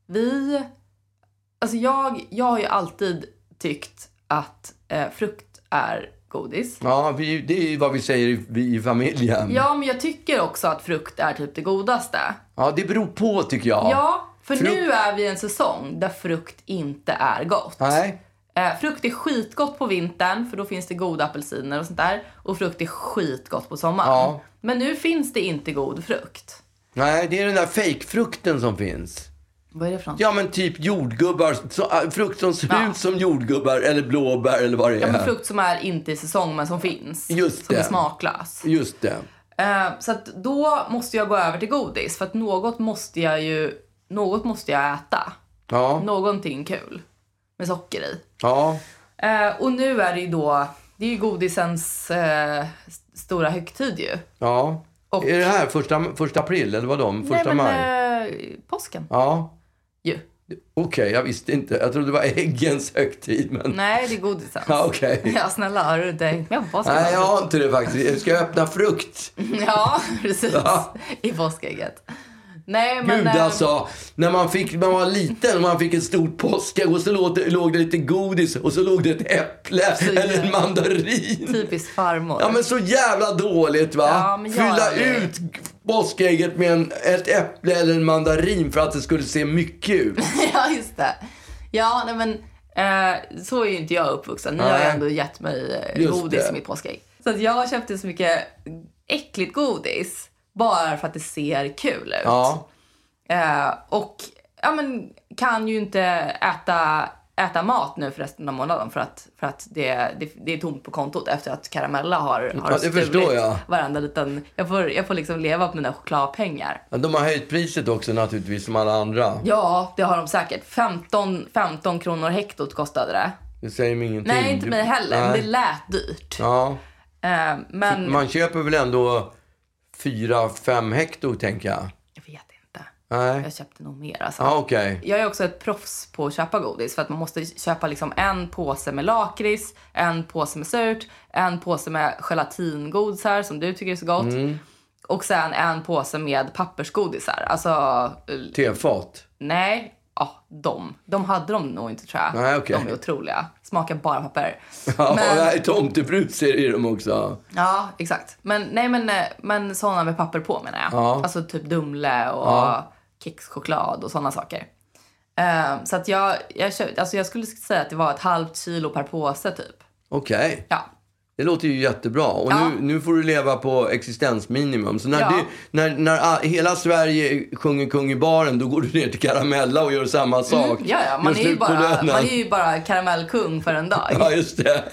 Jag har ju alltid tyckt att frukt är godis. Ja, det är ju vad vi säger i familjen. Ja, men jag tycker också att frukt är typ det godaste. Ja, det beror på tycker jag. Ja, för nu är vi i en säsong där frukt inte är gott. Nej. Frukt är skitgott på vintern, för då finns det goda apelsiner och sånt där. Och frukt är skitgott på sommaren. Ja. Men nu finns det inte god frukt. Nej, det är den där fake-frukten som finns. Vad är det för något? Ja, men typ jordgubbar. Frukt som ser ut som jordgubbar eller blåbär eller vad det är. Ja, men frukt som är inte i säsong men som finns. Just som det. är smaklös. Just det. Så att då måste jag gå över till godis. För att något måste jag äta. Ja. Någonting kul. Med socker i. Ja. Och nu är det ju då... Det är ju godisens stora högtid ju. Ja. Och, är det här första april eller vad de? Första maj? Påsken. Ja. Ju. Okej, jag visste inte. Jag trodde det var äggens högtid. Men... Nej, det är godisens. Ja, okej. Ja, snälla, har du inte hängt med på påsken? Nej, jag har inte det faktiskt. Jag ska öppna frukt. Ja, precis. Ja. I påskägget. Nej, men... Gud, alltså. När man var liten och man fick ett stort påskägg och så låg det lite godis och så låg det ett äpple eller en mandarin. Typiskt farmor. Ja, men så jävla dåligt, va? Ja, men fylla ut påskägget med ett äpple eller en mandarin för att det skulle se mycket ut. Ja, just det. Ja, nej, men så är ju inte jag uppvuxen. Ni har ju ändå gett mig godis i mitt påskägg. Så att jag köpte så mycket äckligt godis bara för att det ser kul ut. Ja. Och ja, men kan ju inte äta äta mat nu för resten av månaden för att det är tomt på kontot efter att Karamella har stulit varenda liten... Jag får liksom leva på mina chokladpengar. Ja, de har höjt priset också naturligtvis som alla andra. Ja, det har de säkert. 15 kronor hektot kostade det. Det säger mig ingenting. Nej, inte mig heller, men det lät dyrt. Ja. Men... Man köper väl ändå 4-5 hekto, tänker jag. Jag vet inte. Nej. Jag köpte nog mer. Alltså. Okay. Jag är också ett proffs på att köpa godis. För att man måste köpa liksom en påse med lakrits, en påse med surt, en påse med gelatingodisar som du tycker är så gott. Och sen en påse med pappersgodisar. Alltså... Tefat? Nej. Ja, de hade de nog inte, tror jag. Nej, okay. De är otroliga. Smakar bara papper. Ja, tomtebrut ser i dem också. Ja, exakt. Men sådana med papper på, menar jag. Ja. Alltså typ Dumle och kexchoklad och sådana saker. Så att jag skulle säga att det var 1/2 kilo per påse typ. Okej. Okay. Ja. Det låter ju jättebra. Och nu får du leva på existensminimum. Så när hela Sverige sjunger kung i baren, då går du ner till Karamella och gör samma sak. Ja. Man är ju bara karamellkung för en dag. Ja, just det.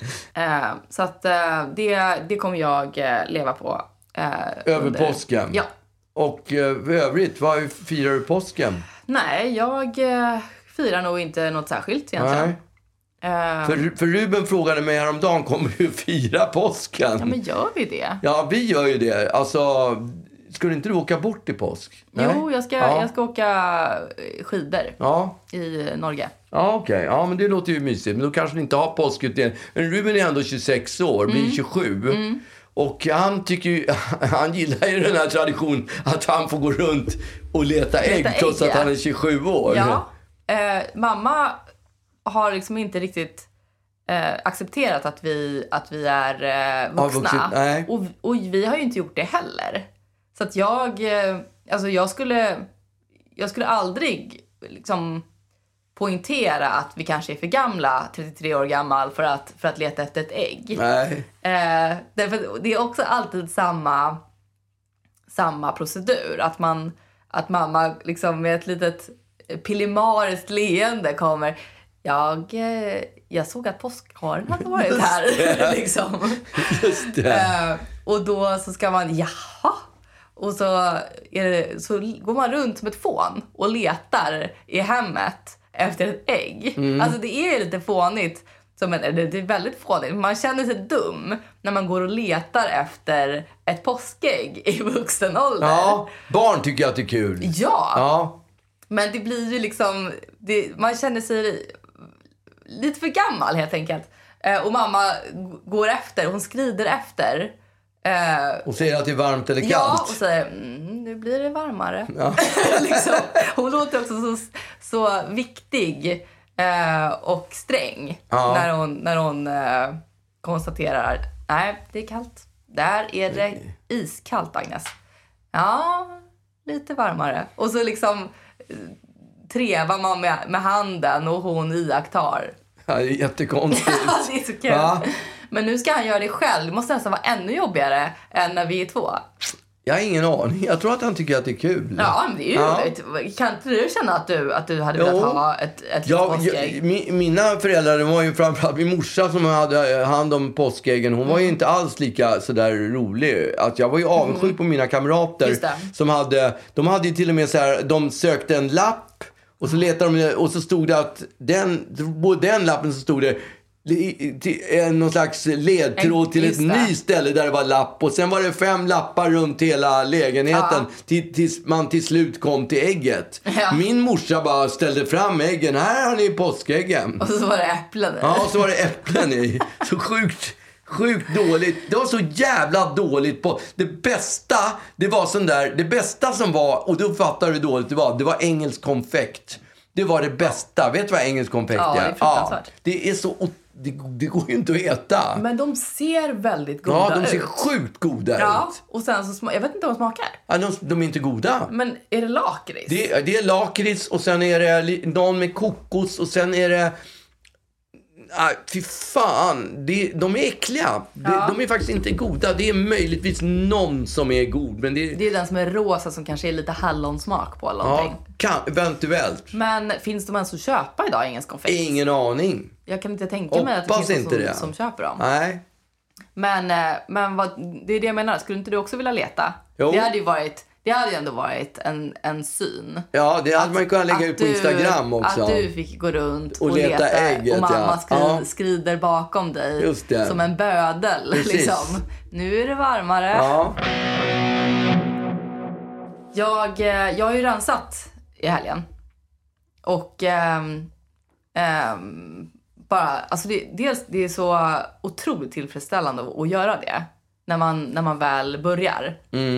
Så att det kommer jag leva på. Över påsken? Ja. Och för övrigt, vad firar du påsken? Nej, jag firar nog inte något särskilt egentligen. Nej. För Ruben frågade mig häromdagen, kommer du fira påsken? Ja, men gör vi det? Ja, vi gör ju det. Alltså, skulle inte du åka bort i påsk? Nej? Jo, jag ska åka skidor i Norge. Ja, okej. Ja, men det låter ju mysigt. Men då kanske ni inte har påskutdelning. Men Ruben är ändå 26 år, blir 27. Och han gillar ju den här traditionen att han får gå runt och leta ägg trots att han är 27 år. Ja, mamma har liksom inte riktigt accepterat att vi är vuxna. Och vi har ju inte gjort det heller. Så att jag skulle aldrig liksom poängtera att vi kanske är för gamla, 33 år gammal, för att leta efter ett ägg. Nej. Därför det är också alltid samma procedur. Att mamma liksom med ett litet pilimariskt leende kommer... Jag såg att påskharen hade varit här. liksom. Just det. Och då så ska man... Jaha. Och så går man runt som ett fån och letar i hemmet efter ett ägg. Alltså det är lite fånigt. Det är väldigt fånigt. Man känner sig dum när man går och letar efter ett påskägg i vuxen ålder. Ja, barn tycker att det är kul. Ja. Men det blir ju liksom... man känner sig lite för gammal helt enkelt. Och mamma går efter. Hon skrider efter. Och säger att det är varmt eller kallt. Ja, och säger nu blir det varmare. Ja. liksom. Hon låter också så viktig och sträng när hon konstaterar nej, det är kallt. Där är det iskallt, Agnes. Ja, lite varmare. Och så liksom trevar man med handen och hon iakttar. Ja, det är jättekonstigt. Det är så kul. Ja. Men nu ska han göra det själv. Det måste nästan vara ännu jobbigare än när vi är 2. Jag har ingen aning. Jag tror att han tycker att det är kul. Ja, men det är ju roligt. Kan inte du känna att du hade velat ha ett påskägg? Mina föräldrar, det var ju framförallt min morsa som hade hand om påskäggen. Hon var ju inte alls lika sådär rolig. Att jag var ju avundsjuk på mina kamrater som de hade ju till och med så här, de sökte en lapp och så letade de och så stod det att på den lappen så stod det någon slags ledtråd till ett ny ställe där det var lapp. Och sen var det 5 lappar runt hela lägenheten tills man till slut kom till ägget. Ja. Min morsa bara ställde fram äggen. Här har ni påskäggen. Och så var det äpplen i. Ja, och så var det äpplen i. Så sjukt dåligt. Det var så jävla dåligt på. Det bästa som var, och du fattar hur dåligt det var engelsk konfekt. Det var det bästa. Vet du vad engelsk konfekt är? Ja, det är fruktansvärt. Det är så... Det går ju inte att äta. Men de ser väldigt goda ut. Ja, de ser sjukt goda ut. Och sen så jag vet inte vad de smakar. Ja, de är inte goda. Men är det lakrits? Det är lakrits och sen är det någon med kokos och sen är det fy fan. De är äckliga. De är faktiskt inte goda. Det är möjligtvis någon som är god. Men det är den som är rosa som kanske är lite hallonsmak på eller någonting. Eventuellt. Men finns de ens att köpa idag, Engelskonfekt? Ingen aning. Jag kan inte tänka mig att det finns någon som köper dem. Nej. Men det är det jag menar. Skulle inte du också vilja leta? Jo. Det hade ju ändå varit en syn. Ja, det hade man kunnat lägga ut på Instagram också. Att du fick gå runt och leta ägget, och mamma skrider bakom dig. Just det. Som en bödel. Liksom. Nu är det varmare. Ja. Jag har ju rensat i helgen. Och alltså det är så otroligt tillfredsställande att göra det när man väl börjar.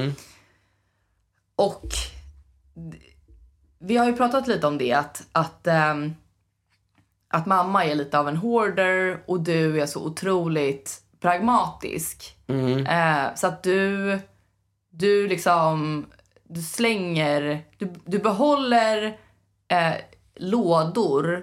Och vi har ju pratat lite om det att mamma är lite av en hoarder och du är så otroligt pragmatisk. Så att du liksom du slänger du behåller lådor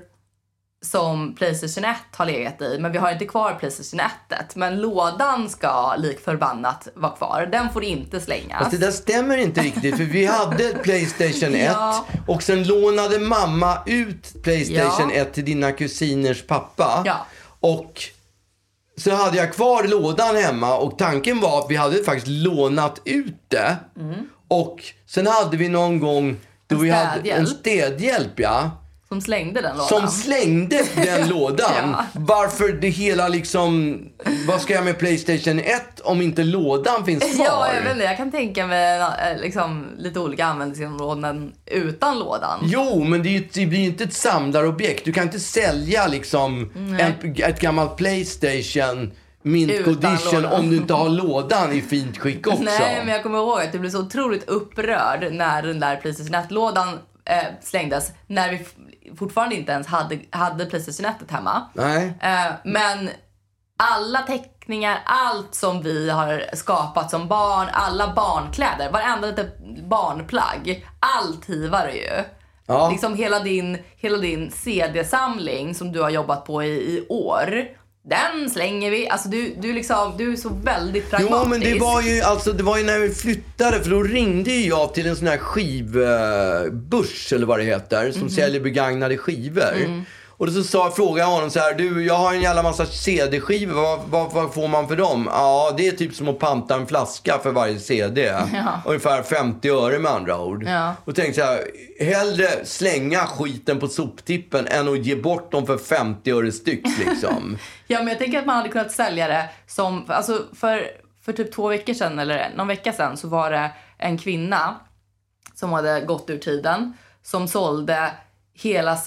som PlayStation 1 har legat i. Men vi har inte kvar PlayStation 1. Men lådan ska lik förbannat vara kvar. Den får inte slängas. Alltså det där stämmer inte riktigt. För vi hade PlayStation 1. Och sen lånade mamma ut PlayStation 1 till dina kusiners pappa. Ja. Och så hade jag kvar lådan hemma. Och tanken var att vi hade faktiskt lånat ut det. Och sen hade vi någon gång då vi hade en städhjälp, som slängde den lådan. Som slängde den lådan. Varför det hela liksom... Vad ska jag med PlayStation 1 om inte lådan finns kvar? Ja, jag vet inte. Jag kan tänka mig liksom, lite olika användningsområden utan lådan. Jo, men det blir inte ett samlarobjekt. Du kan inte sälja liksom ett gammalt PlayStation Mint Condition om du inte har lådan i fint skick också. Nej, men jag kommer ihåg att du blev så otroligt upprörd när den där PlayStation 1-lådan slängdes. När vi fortfarande inte ens hade PlayStation 1 hemma. Nej. Men alla teckningar, allt som vi har skapat som barn, alla barnkläder, varenda litet barnplagg, allt hivar ju. Ja. Liksom hela din CD-samling som du har jobbat på i år. Den slänger vi. Alltså du är så väldigt pragmatisk. Jo, men det var ju när vi flyttade. För då ringde jag till en sån här skivbörs eller vad det heter. Som säljer begagnade skivor. Och så frågade jag honom så här: du, jag har en jävla massa CD-skivor. Vad får man för dem? Ja, det är typ som att panta en flaska för varje CD. Ja. Ungefär 50 öre med andra ord. Ja. Och tänkte så här: hellre slänga skiten på soptippen än att ge bort dem för 50 öre styck liksom. Ja, men jag tänker att man hade kunnat sälja det som... Alltså för typ 2 veckor sedan eller någon vecka sedan så var det en kvinna som hade gått ur tiden som sålde hela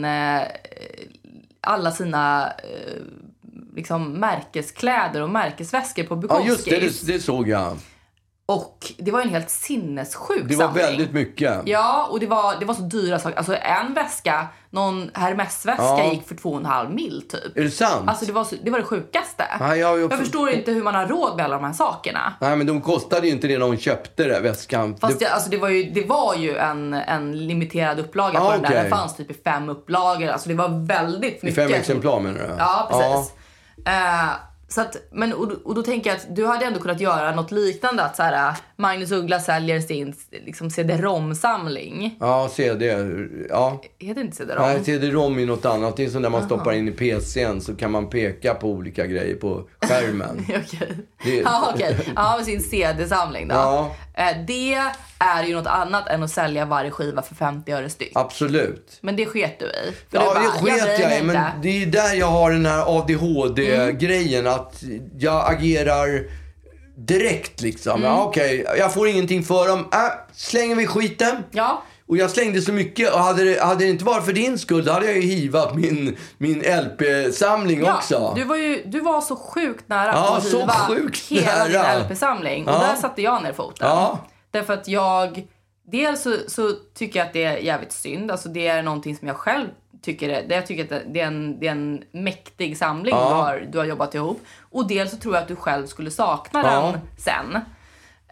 alla sina liksom märkeskläder och märkesväskor på Bukowskis. Ja, just det såg jag. Och det var en helt sinnessjuk samling. Det var väldigt mycket. Ja, och det var så dyra saker. Alltså en väska, någon Hermes-väska gick för 2,5 mil typ. Är det sant? Alltså det var det sjukaste. Ja, jag förstår inte hur man har råd med alla de här sakerna. Nej, men de kostade ju inte det när hon köpte det, väskan. Fast det var ju en limiterad upplaga på den där. Det fanns typ i 5 upplagor. Alltså det var väldigt mycket. I 5 exemplar menar du? Ja, precis. Så att, och då tänker jag att du hade ändå kunnat göra något liknande. Att så här, Magnus Uggla säljer sin liksom CD-ROM-samling. Ja, CD. Ja. Heter inte CD-ROM? Nej, CD-ROM är något annat. Det är som när man stoppar in i PC:n så kan man peka på olika grejer på skärmen. Okej. Ja, med sin CD-samling då. Ja. Det är ju något annat än att sälja varje skiva för 50 öre styck. Absolut. Men det sket du i. För ja, det sket jag i. Men det är där jag har den här ADHD-grejen. Att jag agerar direkt liksom. Ja, okej, jag får ingenting för dem. Slänger vi skiten. Ja. Och jag slängde så mycket. Och hade det inte varit för din skull, då hade jag ju hivat min LP-samling också. Du var så sjukt nära att hiva hela din LP-samling. Och där satte jag ner foten. Ja. Därför att dels så tycker jag att det är jävligt synd. Alltså det är någonting som jag själv tycker jag tycker att det är en mäktig samling du har jobbat ihop. Och dels så tror jag att du själv skulle sakna den sen.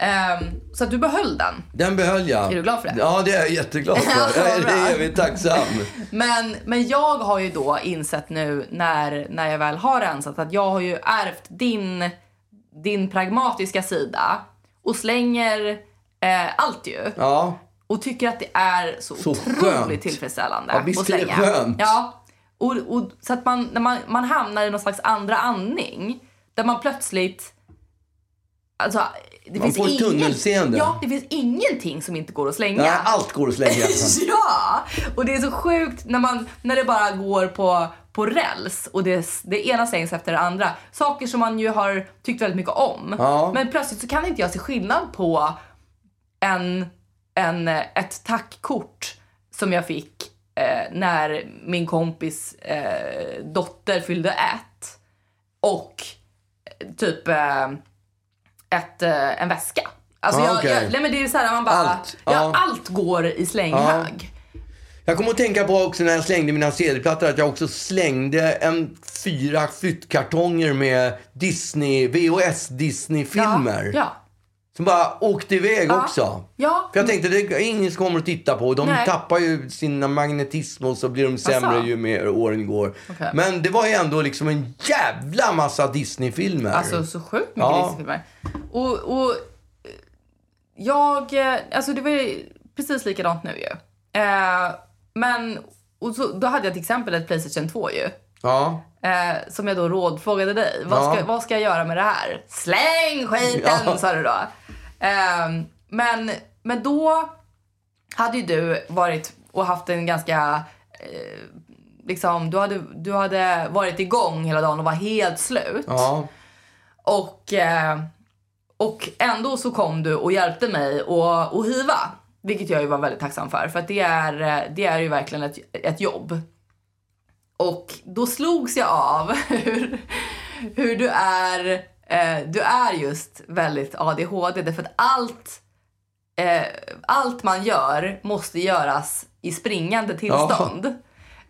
Så att du behöll den. Den behöll jag. Är du glad för det? Ja, det är jag jätteglad för. Jag är evigt tacksam. Men jag har ju då insett nu när jag väl har rensat att jag har ju ärvt din pragmatiska sida och slänger allt ju. Ja. Och tycker att det är så otroligt skönt. Tillfredsställande. Ja, visst är det skönt. Ja. Och så att när man hamnar i någon slags andra andning där man plötsligt... Alltså, man får tunnelseende. Ja, det finns ingenting som inte går att slänga. Ja, allt går att slänga. Ja, och det är så sjukt när det bara går på räls och det ena slängs efter det andra. Saker som man ju har tyckt väldigt mycket om. Ja. Men plötsligt så kan inte jag se skillnad på ett tackkort som jag fick när min kompis dotter fyllde 1 och typ en väska. Alltså nej, men det är så här man bara allt går i slänghyg. Jag kommer att tänka på också när jag slängde mina CD-plattor att jag också slängde 4 flyttkartonger med VHS Disney-filmer. Ja. Som bara åkte iväg också. Ja. För jag tänkte det är ingen som kommer att titta på. De tappar ju sina magnetism och så blir de sämre ju mer åren går. Okay. Men det var ju ändå liksom en jävla massa Disney-filmer. Alltså så sjukt mycket Disney-filmer. Och alltså det var ju precis likadant nu ju. Men och så, då hade jag till exempel ett PlayStation 2 ju. Ja. Som jag då rådfrågade dig. Vad ska jag göra med det här? Släng skiten, sa du då. Men då hade ju du varit och haft en ganska... liksom, du hade varit igång hela dagen och var helt slut. Ja. Och ändå så kom du och hjälpte mig att hiva. Vilket jag ju var väldigt tacksam för att det är ju verkligen ett jobb. Och då slogs jag av hur du är just väldigt ADHD. Därför att allt man gör måste göras i springande tillstånd. Ja.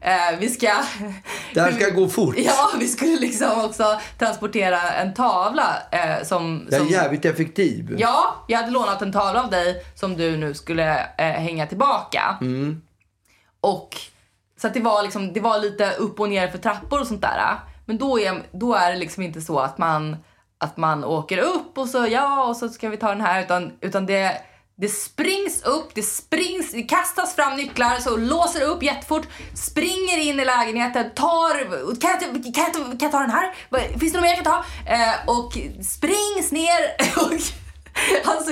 Det här ska gå fort. Ja, vi skulle liksom också transportera en tavla som är jävligt effektiv. Ja, jag hade lånat en tavla av dig som du nu skulle hänga tillbaka. Mm. Och så att det var lite upp och ner för trappor och sånt där. Men då är det liksom inte så att man åker upp och så ska vi ta den här utan det springs upp, det kastas fram nycklar, så låser upp jättefort, springer in i lägenheten, kan jag ta den här? Finns det något mer jag kan ta? Och springs ner. Och, alltså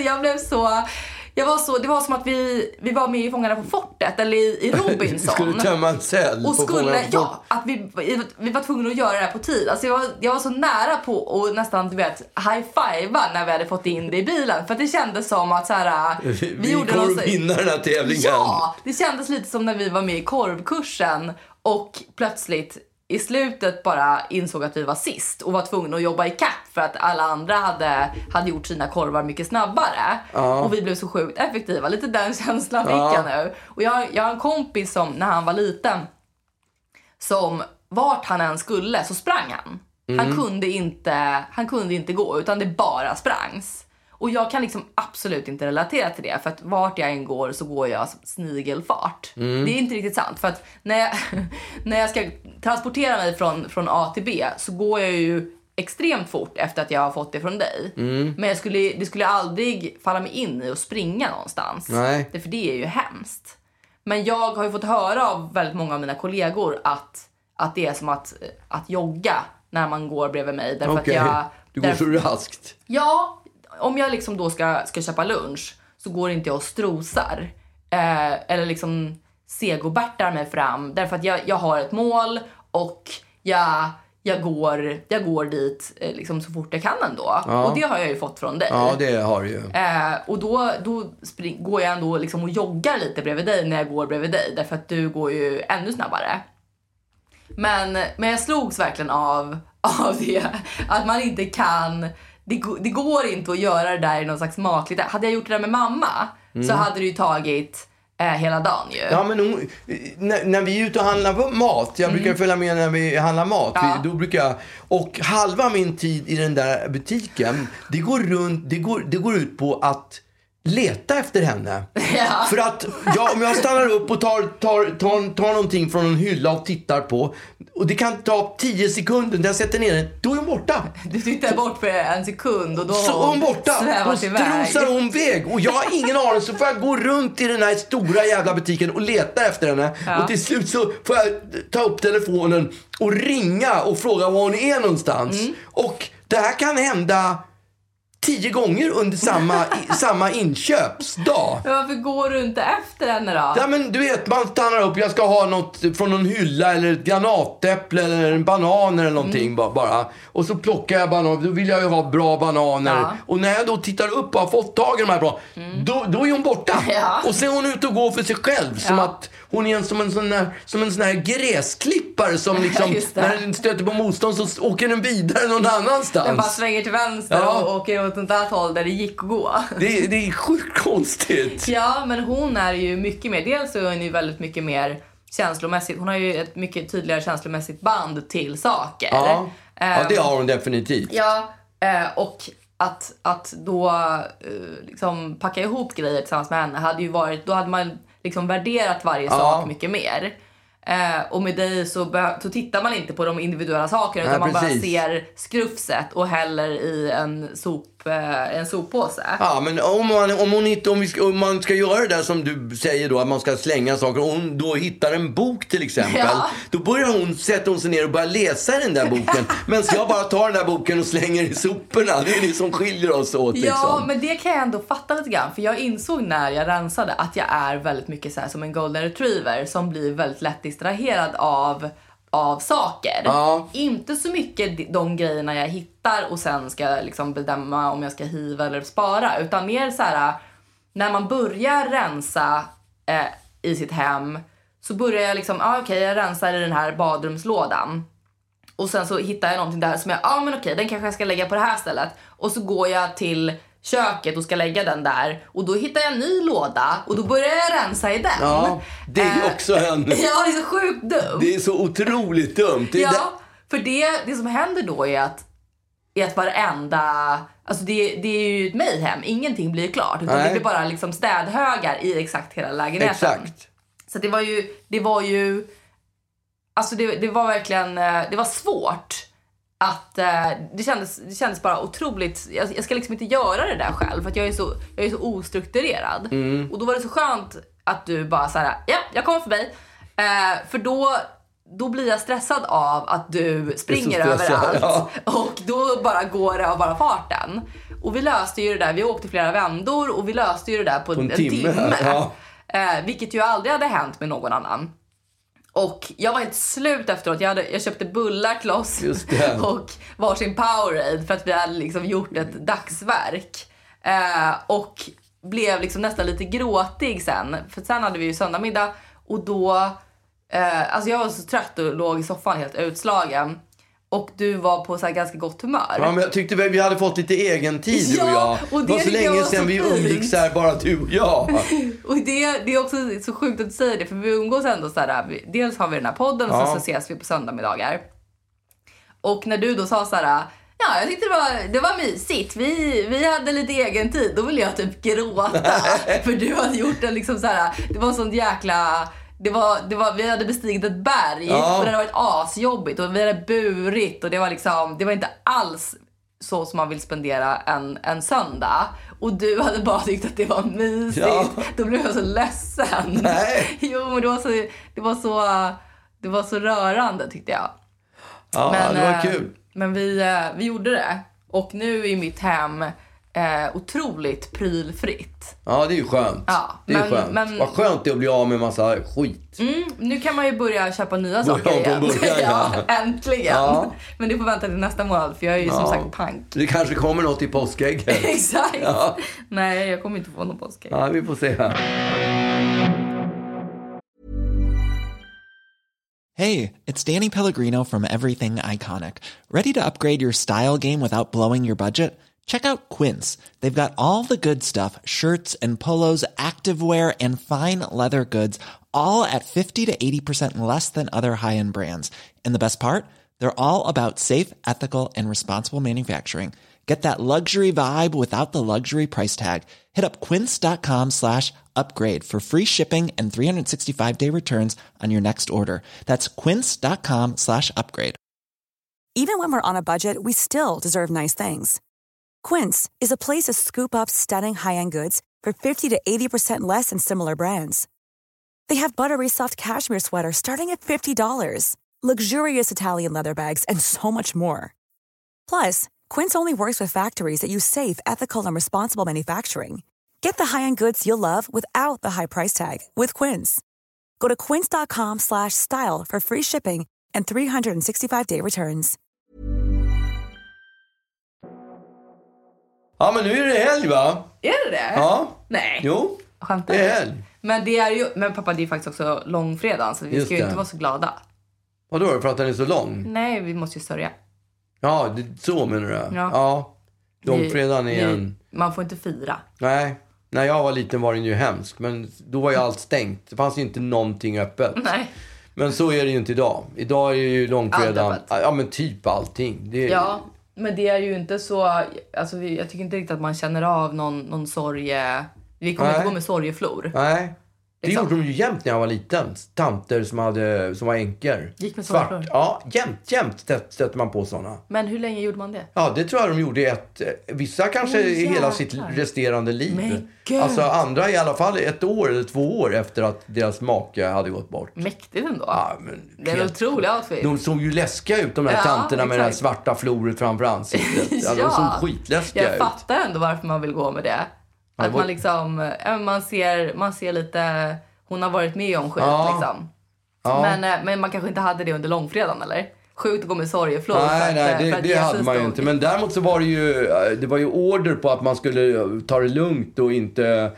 det var som att vi var med i Fångarna på fortet eller i Robinson. Skulle tömma en cell och att vi var tvungna att göra det här på tid. Alltså jag var så nära på att nästan high-fiva när vi hade fått in det i bilen, för att det kändes som att så här, vi kommer vinna den här tävlingen. Ja, det kändes lite som när vi var med i korvkursen och plötsligt i slutet bara insåg att vi var sist och var tvungna att jobba i kapp för att alla andra hade gjort sina korvar mycket snabbare. Och vi blev så sjukt effektiva. Lite den känslan fick jag nu. Och jag har en kompis som när han var liten, som vart han än skulle så sprang han. Han kunde inte gå, utan det bara sprangs. Och jag kan liksom absolut inte relatera till det. För att vart jag än går så går jag snigelfart. Det är inte riktigt sant. För att när jag ska transportera mig från A till B så går jag ju extremt fort efter att jag har fått det från dig. Men det skulle aldrig falla mig in i att springa någonstans. Nej. För det är ju hemskt. Men jag har ju fått höra av väldigt många av mina kollegor att det är som att jogga när man går bredvid mig. Därför att du går så raskt. Ja. Om jag liksom då ska köpa lunch så går inte jag och strosar. Eller liksom segobärtar mig fram. Därför att jag har ett mål och jag går dit liksom så fort jag kan ändå. Ja. Och det har jag ju fått från dig. Ja, det har du ju. Och då går jag ändå liksom och joggar lite bredvid dig när jag går bredvid dig. Därför att du går ju ännu snabbare. Men jag slogs verkligen av det. Att man inte kan... Det går inte att göra det där i någon slags makligt... Hade jag gjort det där med mamma så hade det ju tagit hela dagen ju. Ja, men när vi är ute och handlar mat, jag brukar följa med när vi handlar mat, då brukar jag, och halva min tid i den där butiken, det går ut på att leta efter henne. Ja. För att om jag stannar upp och tar någonting från en hylla och tittar på, och det kan ta 10 sekunder när jag sätter ner den, då är hon borta. Du tittar bort för en sekund och då så har hon borta. Då strosar hon väg. Och jag har ingen aning, så får jag gå runt i den här stora jävla butiken och leta efter henne. Och till slut så får jag ta upp telefonen och ringa och fråga var hon är någonstans. Och det här kan hända 10 gånger under samma inköpsdag. Men varför går du inte efter henne då? Ja, men du vet, man stannar upp, jag ska ha något från någon hylla eller ett granatäpple eller en banan eller någonting bara. Och så plockar jag banan, då vill jag ju ha bra bananer. Ja. Och när jag då tittar upp och har fått tag i de här bra, då är hon borta. Ja. Och sen är hon ute och går för sig själv, som att hon är som en sån här gräsklippare som liksom, när den stöter på motstånd så åker den vidare någon annanstans. Den bara svänger till vänster och åker åt ett annat håll där det gick att gå. Det är sjukt konstigt. Ja, men hon är ju mycket mer, dels så är hon ju väldigt mycket mer känslomässigt. Hon har ju ett mycket tydligare känslomässigt band till saker. Ja, det har hon definitivt. Ja, och att då liksom packa ihop grejer tillsammans med henne hade ju varit, då hade man liksom värderat varje sak mycket mer. Och med dig så tittar man inte på de individuella sakerna, utan man bara ser skrufset och häller i en soppåse. Ja, men om man ska göra det där som du säger då, att man ska slänga saker, och hon då hittar en bok till exempel, då sätter hon sig ner och börjar läsa den där boken, medan jag bara tar den där boken och slänger i soporna. Det är det som skiljer oss åt liksom. Ja, men det kan jag ändå fatta lite grann, för jag insåg när jag rensade att jag är väldigt mycket så här som en golden retriever som blir väldigt lätt distraherad av saker. Ja. Inte så mycket de grejerna jag hittar och sen ska liksom bedöma om jag ska hiva eller spara, utan mer så här när man börjar rensa i sitt hem, så börjar jag liksom jag rensar i den här badrumslådan. Och sen så hittar jag någonting där som den kanske jag ska lägga på det här stället. Och så går jag till köket och ska lägga den där, och då hittar jag en ny låda och då börjar jag rensa i den. Ja, det är också en... Ja, det är så sjukt dumt. Det är så otroligt dumt. För det som händer då är att varenda... Alltså det är ju ett mayhem. Ingenting blir klart. Utan det blir bara liksom städhögar i exakt hela lägenheten. Exakt. Så det var ju... Alltså det var verkligen... Det var svårt. Att det kändes bara otroligt. Jag ska liksom inte göra det där själv, för att jag är så ostrukturerad. Och då var det så skönt att du bara så här, jag kommer förbi. För då blir jag stressad av att du springer överallt. Ja. Och då bara går det av bara farten. Och vi löste ju det där. Vi åkte flera vändor och vi löste ju det där på en timme. Ja. Vilket ju aldrig hade hänt med någon annan. Och jag var helt slut efteråt. Jag köpte bullar till oss och varsin Powerade för att vi hade liksom gjort ett dagsverk. Och blev liksom nästan lite gråtig sen. För sen hade vi ju söndagmiddag och då... alltså jag var så trött och låg i soffan helt utslagen. Och du var på så här ganska gott humör. Ja, men jag tyckte vi hade fått lite egen tid, du och jag. Och det var så länge sedan vi umgicks här, bara du och jag. Och det är också så sjukt att du säger det, för vi umgås ändå så här. Dels har vi den här podden och så ses vi på söndagmiddagar. Och när du då sa så här... Ja, jag tyckte det var mysigt. Vi hade lite egen tid. Då ville jag typ gråta. För du hade gjort en liksom så här... Det var sånt jäkla... vi hade bestigit ett berg och det hade varit asjobbigt och vi hade burit och det var inte alls så som man vill spendera en söndag. Och du hade bara tyckt att det var mysigt. Då blev jag så ledsen. Nej. Jo, men det var så rörande, tyckte jag. Ja, men, det var kul. Men vi gjorde det. Och nu är mitt hem otroligt prylfritt. Ja, det är ju skönt. Ja, det är skönt. Men... Vad skönt det är att bli av med massa skit. Nu kan man ju börja köpa nya saker igen. Äntligen. Ja. Men det får vänta till nästa månad, för jag är ju som sagt pank. Det kanske kommer något i påskägget. Exakt. Ja. Nej, jag kommer inte få någon påskägg. Ja, vi får se här. Hey, it's Danny Pellegrino from Everything Iconic. Ready to upgrade your style game without blowing your budget? Check out Quince. They've got all the good stuff, shirts and polos, activewear and fine leather goods, all at 50 to 80% less than other high-end brands. And the best part? They're all about safe, ethical, and responsible manufacturing. Get that luxury vibe without the luxury price tag. Hit up quince.com/upgrade for free shipping and 365-day returns on your next order. That's quince.com/upgrade. Even when we're on a budget, we still deserve nice things. Quince is a place to scoop up stunning high-end goods for 50 to 80% less than similar brands. They have buttery soft cashmere sweaters starting at $50, luxurious Italian leather bags, and so much more. Plus, Quince only works with factories that use safe, ethical, and responsible manufacturing. Get the high-end goods you'll love without the high price tag with Quince. Go to quince.com/style for free shipping and 365-day returns. Ja, men nu är det helg, va? Är det det? Ja. Nej. Jo, Skämtar det är du? helg. Men det är ju, men pappa, det är faktiskt också långfredagen, så vi Just ska ju det. inte vara så glada. Vadå, för att den är så lång? Nej, vi måste ju sörja. Ja, så menar du? Ja. Långfredagen är en... Man får inte fira. Nej, när jag var liten var den ju hemsk. Men då var ju allt stängt. Det fanns ju inte någonting öppet. Nej. Men så är det ju inte idag. Idag är ju långfredagen... Allt öppet. Ja, men typ allting. Det är... Ja, men det är ju inte så... Alltså, jag tycker inte riktigt att man känner av någon sorge... Vi kommer inte gå med sorgeflor. Nej. Det Liksom. gjorde de ju jämt när jag var liten. Tanter som var änkor. Gick med sorgeflor? Ja, jämt stötte man på sådana. Men hur länge gjorde man det? Ja, det tror jag de gjorde vissa kanske i hela sitt resterande liv. Men gud. Alltså andra i alla fall 1 år eller 2 år efter att deras make hade gått bort. Mäktigt ändå. Ja, men det är en otrolig outfit. De såg ju läskiga ut, de där tanterna med det här svarta floret framför ansiktet. Ja, de såg skitläskiga jag ut. fattar ändå varför man vill gå med det. Att man liksom, man ser lite, hon har varit med om skit liksom. Ja. Men man kanske inte hade det under långfredagen, eller? Sjukt att gå med sorgeflor. Nej, det hade man ju inte. Men däremot så var det var ju order på att man skulle ta det lugnt och inte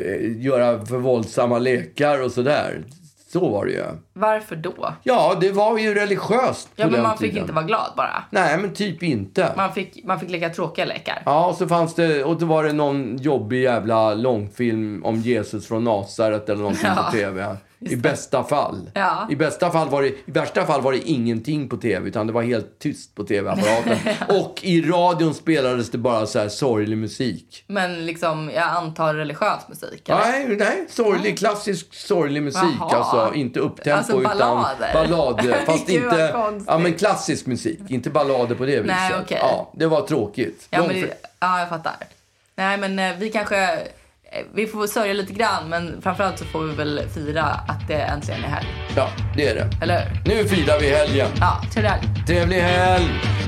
göra för våldsamma lekar och sådär. Så var det ju. Varför då? Ja, det var ju religiöst på men den man fick tiden. inte vara glad bara. Nej, men typ inte. Man fick leka tråkiga lekar. Ja, och så fanns det, och då var det någon jobbig jävla långfilm om Jesus från Nasaret eller någonting på tv. I bästa fall. Ja. I värsta fall var det ingenting på tv, utan det var helt tyst på tv-apparaten. Och i radion spelades det bara så här sorglig musik. Men liksom, jag antar religiös musik, eller? Nej, sorglig, klassisk sorglig musik. Jaha. Alltså inte upptempo, Alltså ballader. utan ballader. Fast Gud, vad inte, konstigt. ja men klassisk musik, inte ballader på det viset. Nej, okej. Ja, det var tråkigt. Ja, jag fattar. Nej, men vi får sörja lite grann, men framförallt så får vi väl fira att det äntligen är helg. Ja, det är det. Eller hur? Nu firar vi helgen. Ja, trevlig helg. Trevlig helg!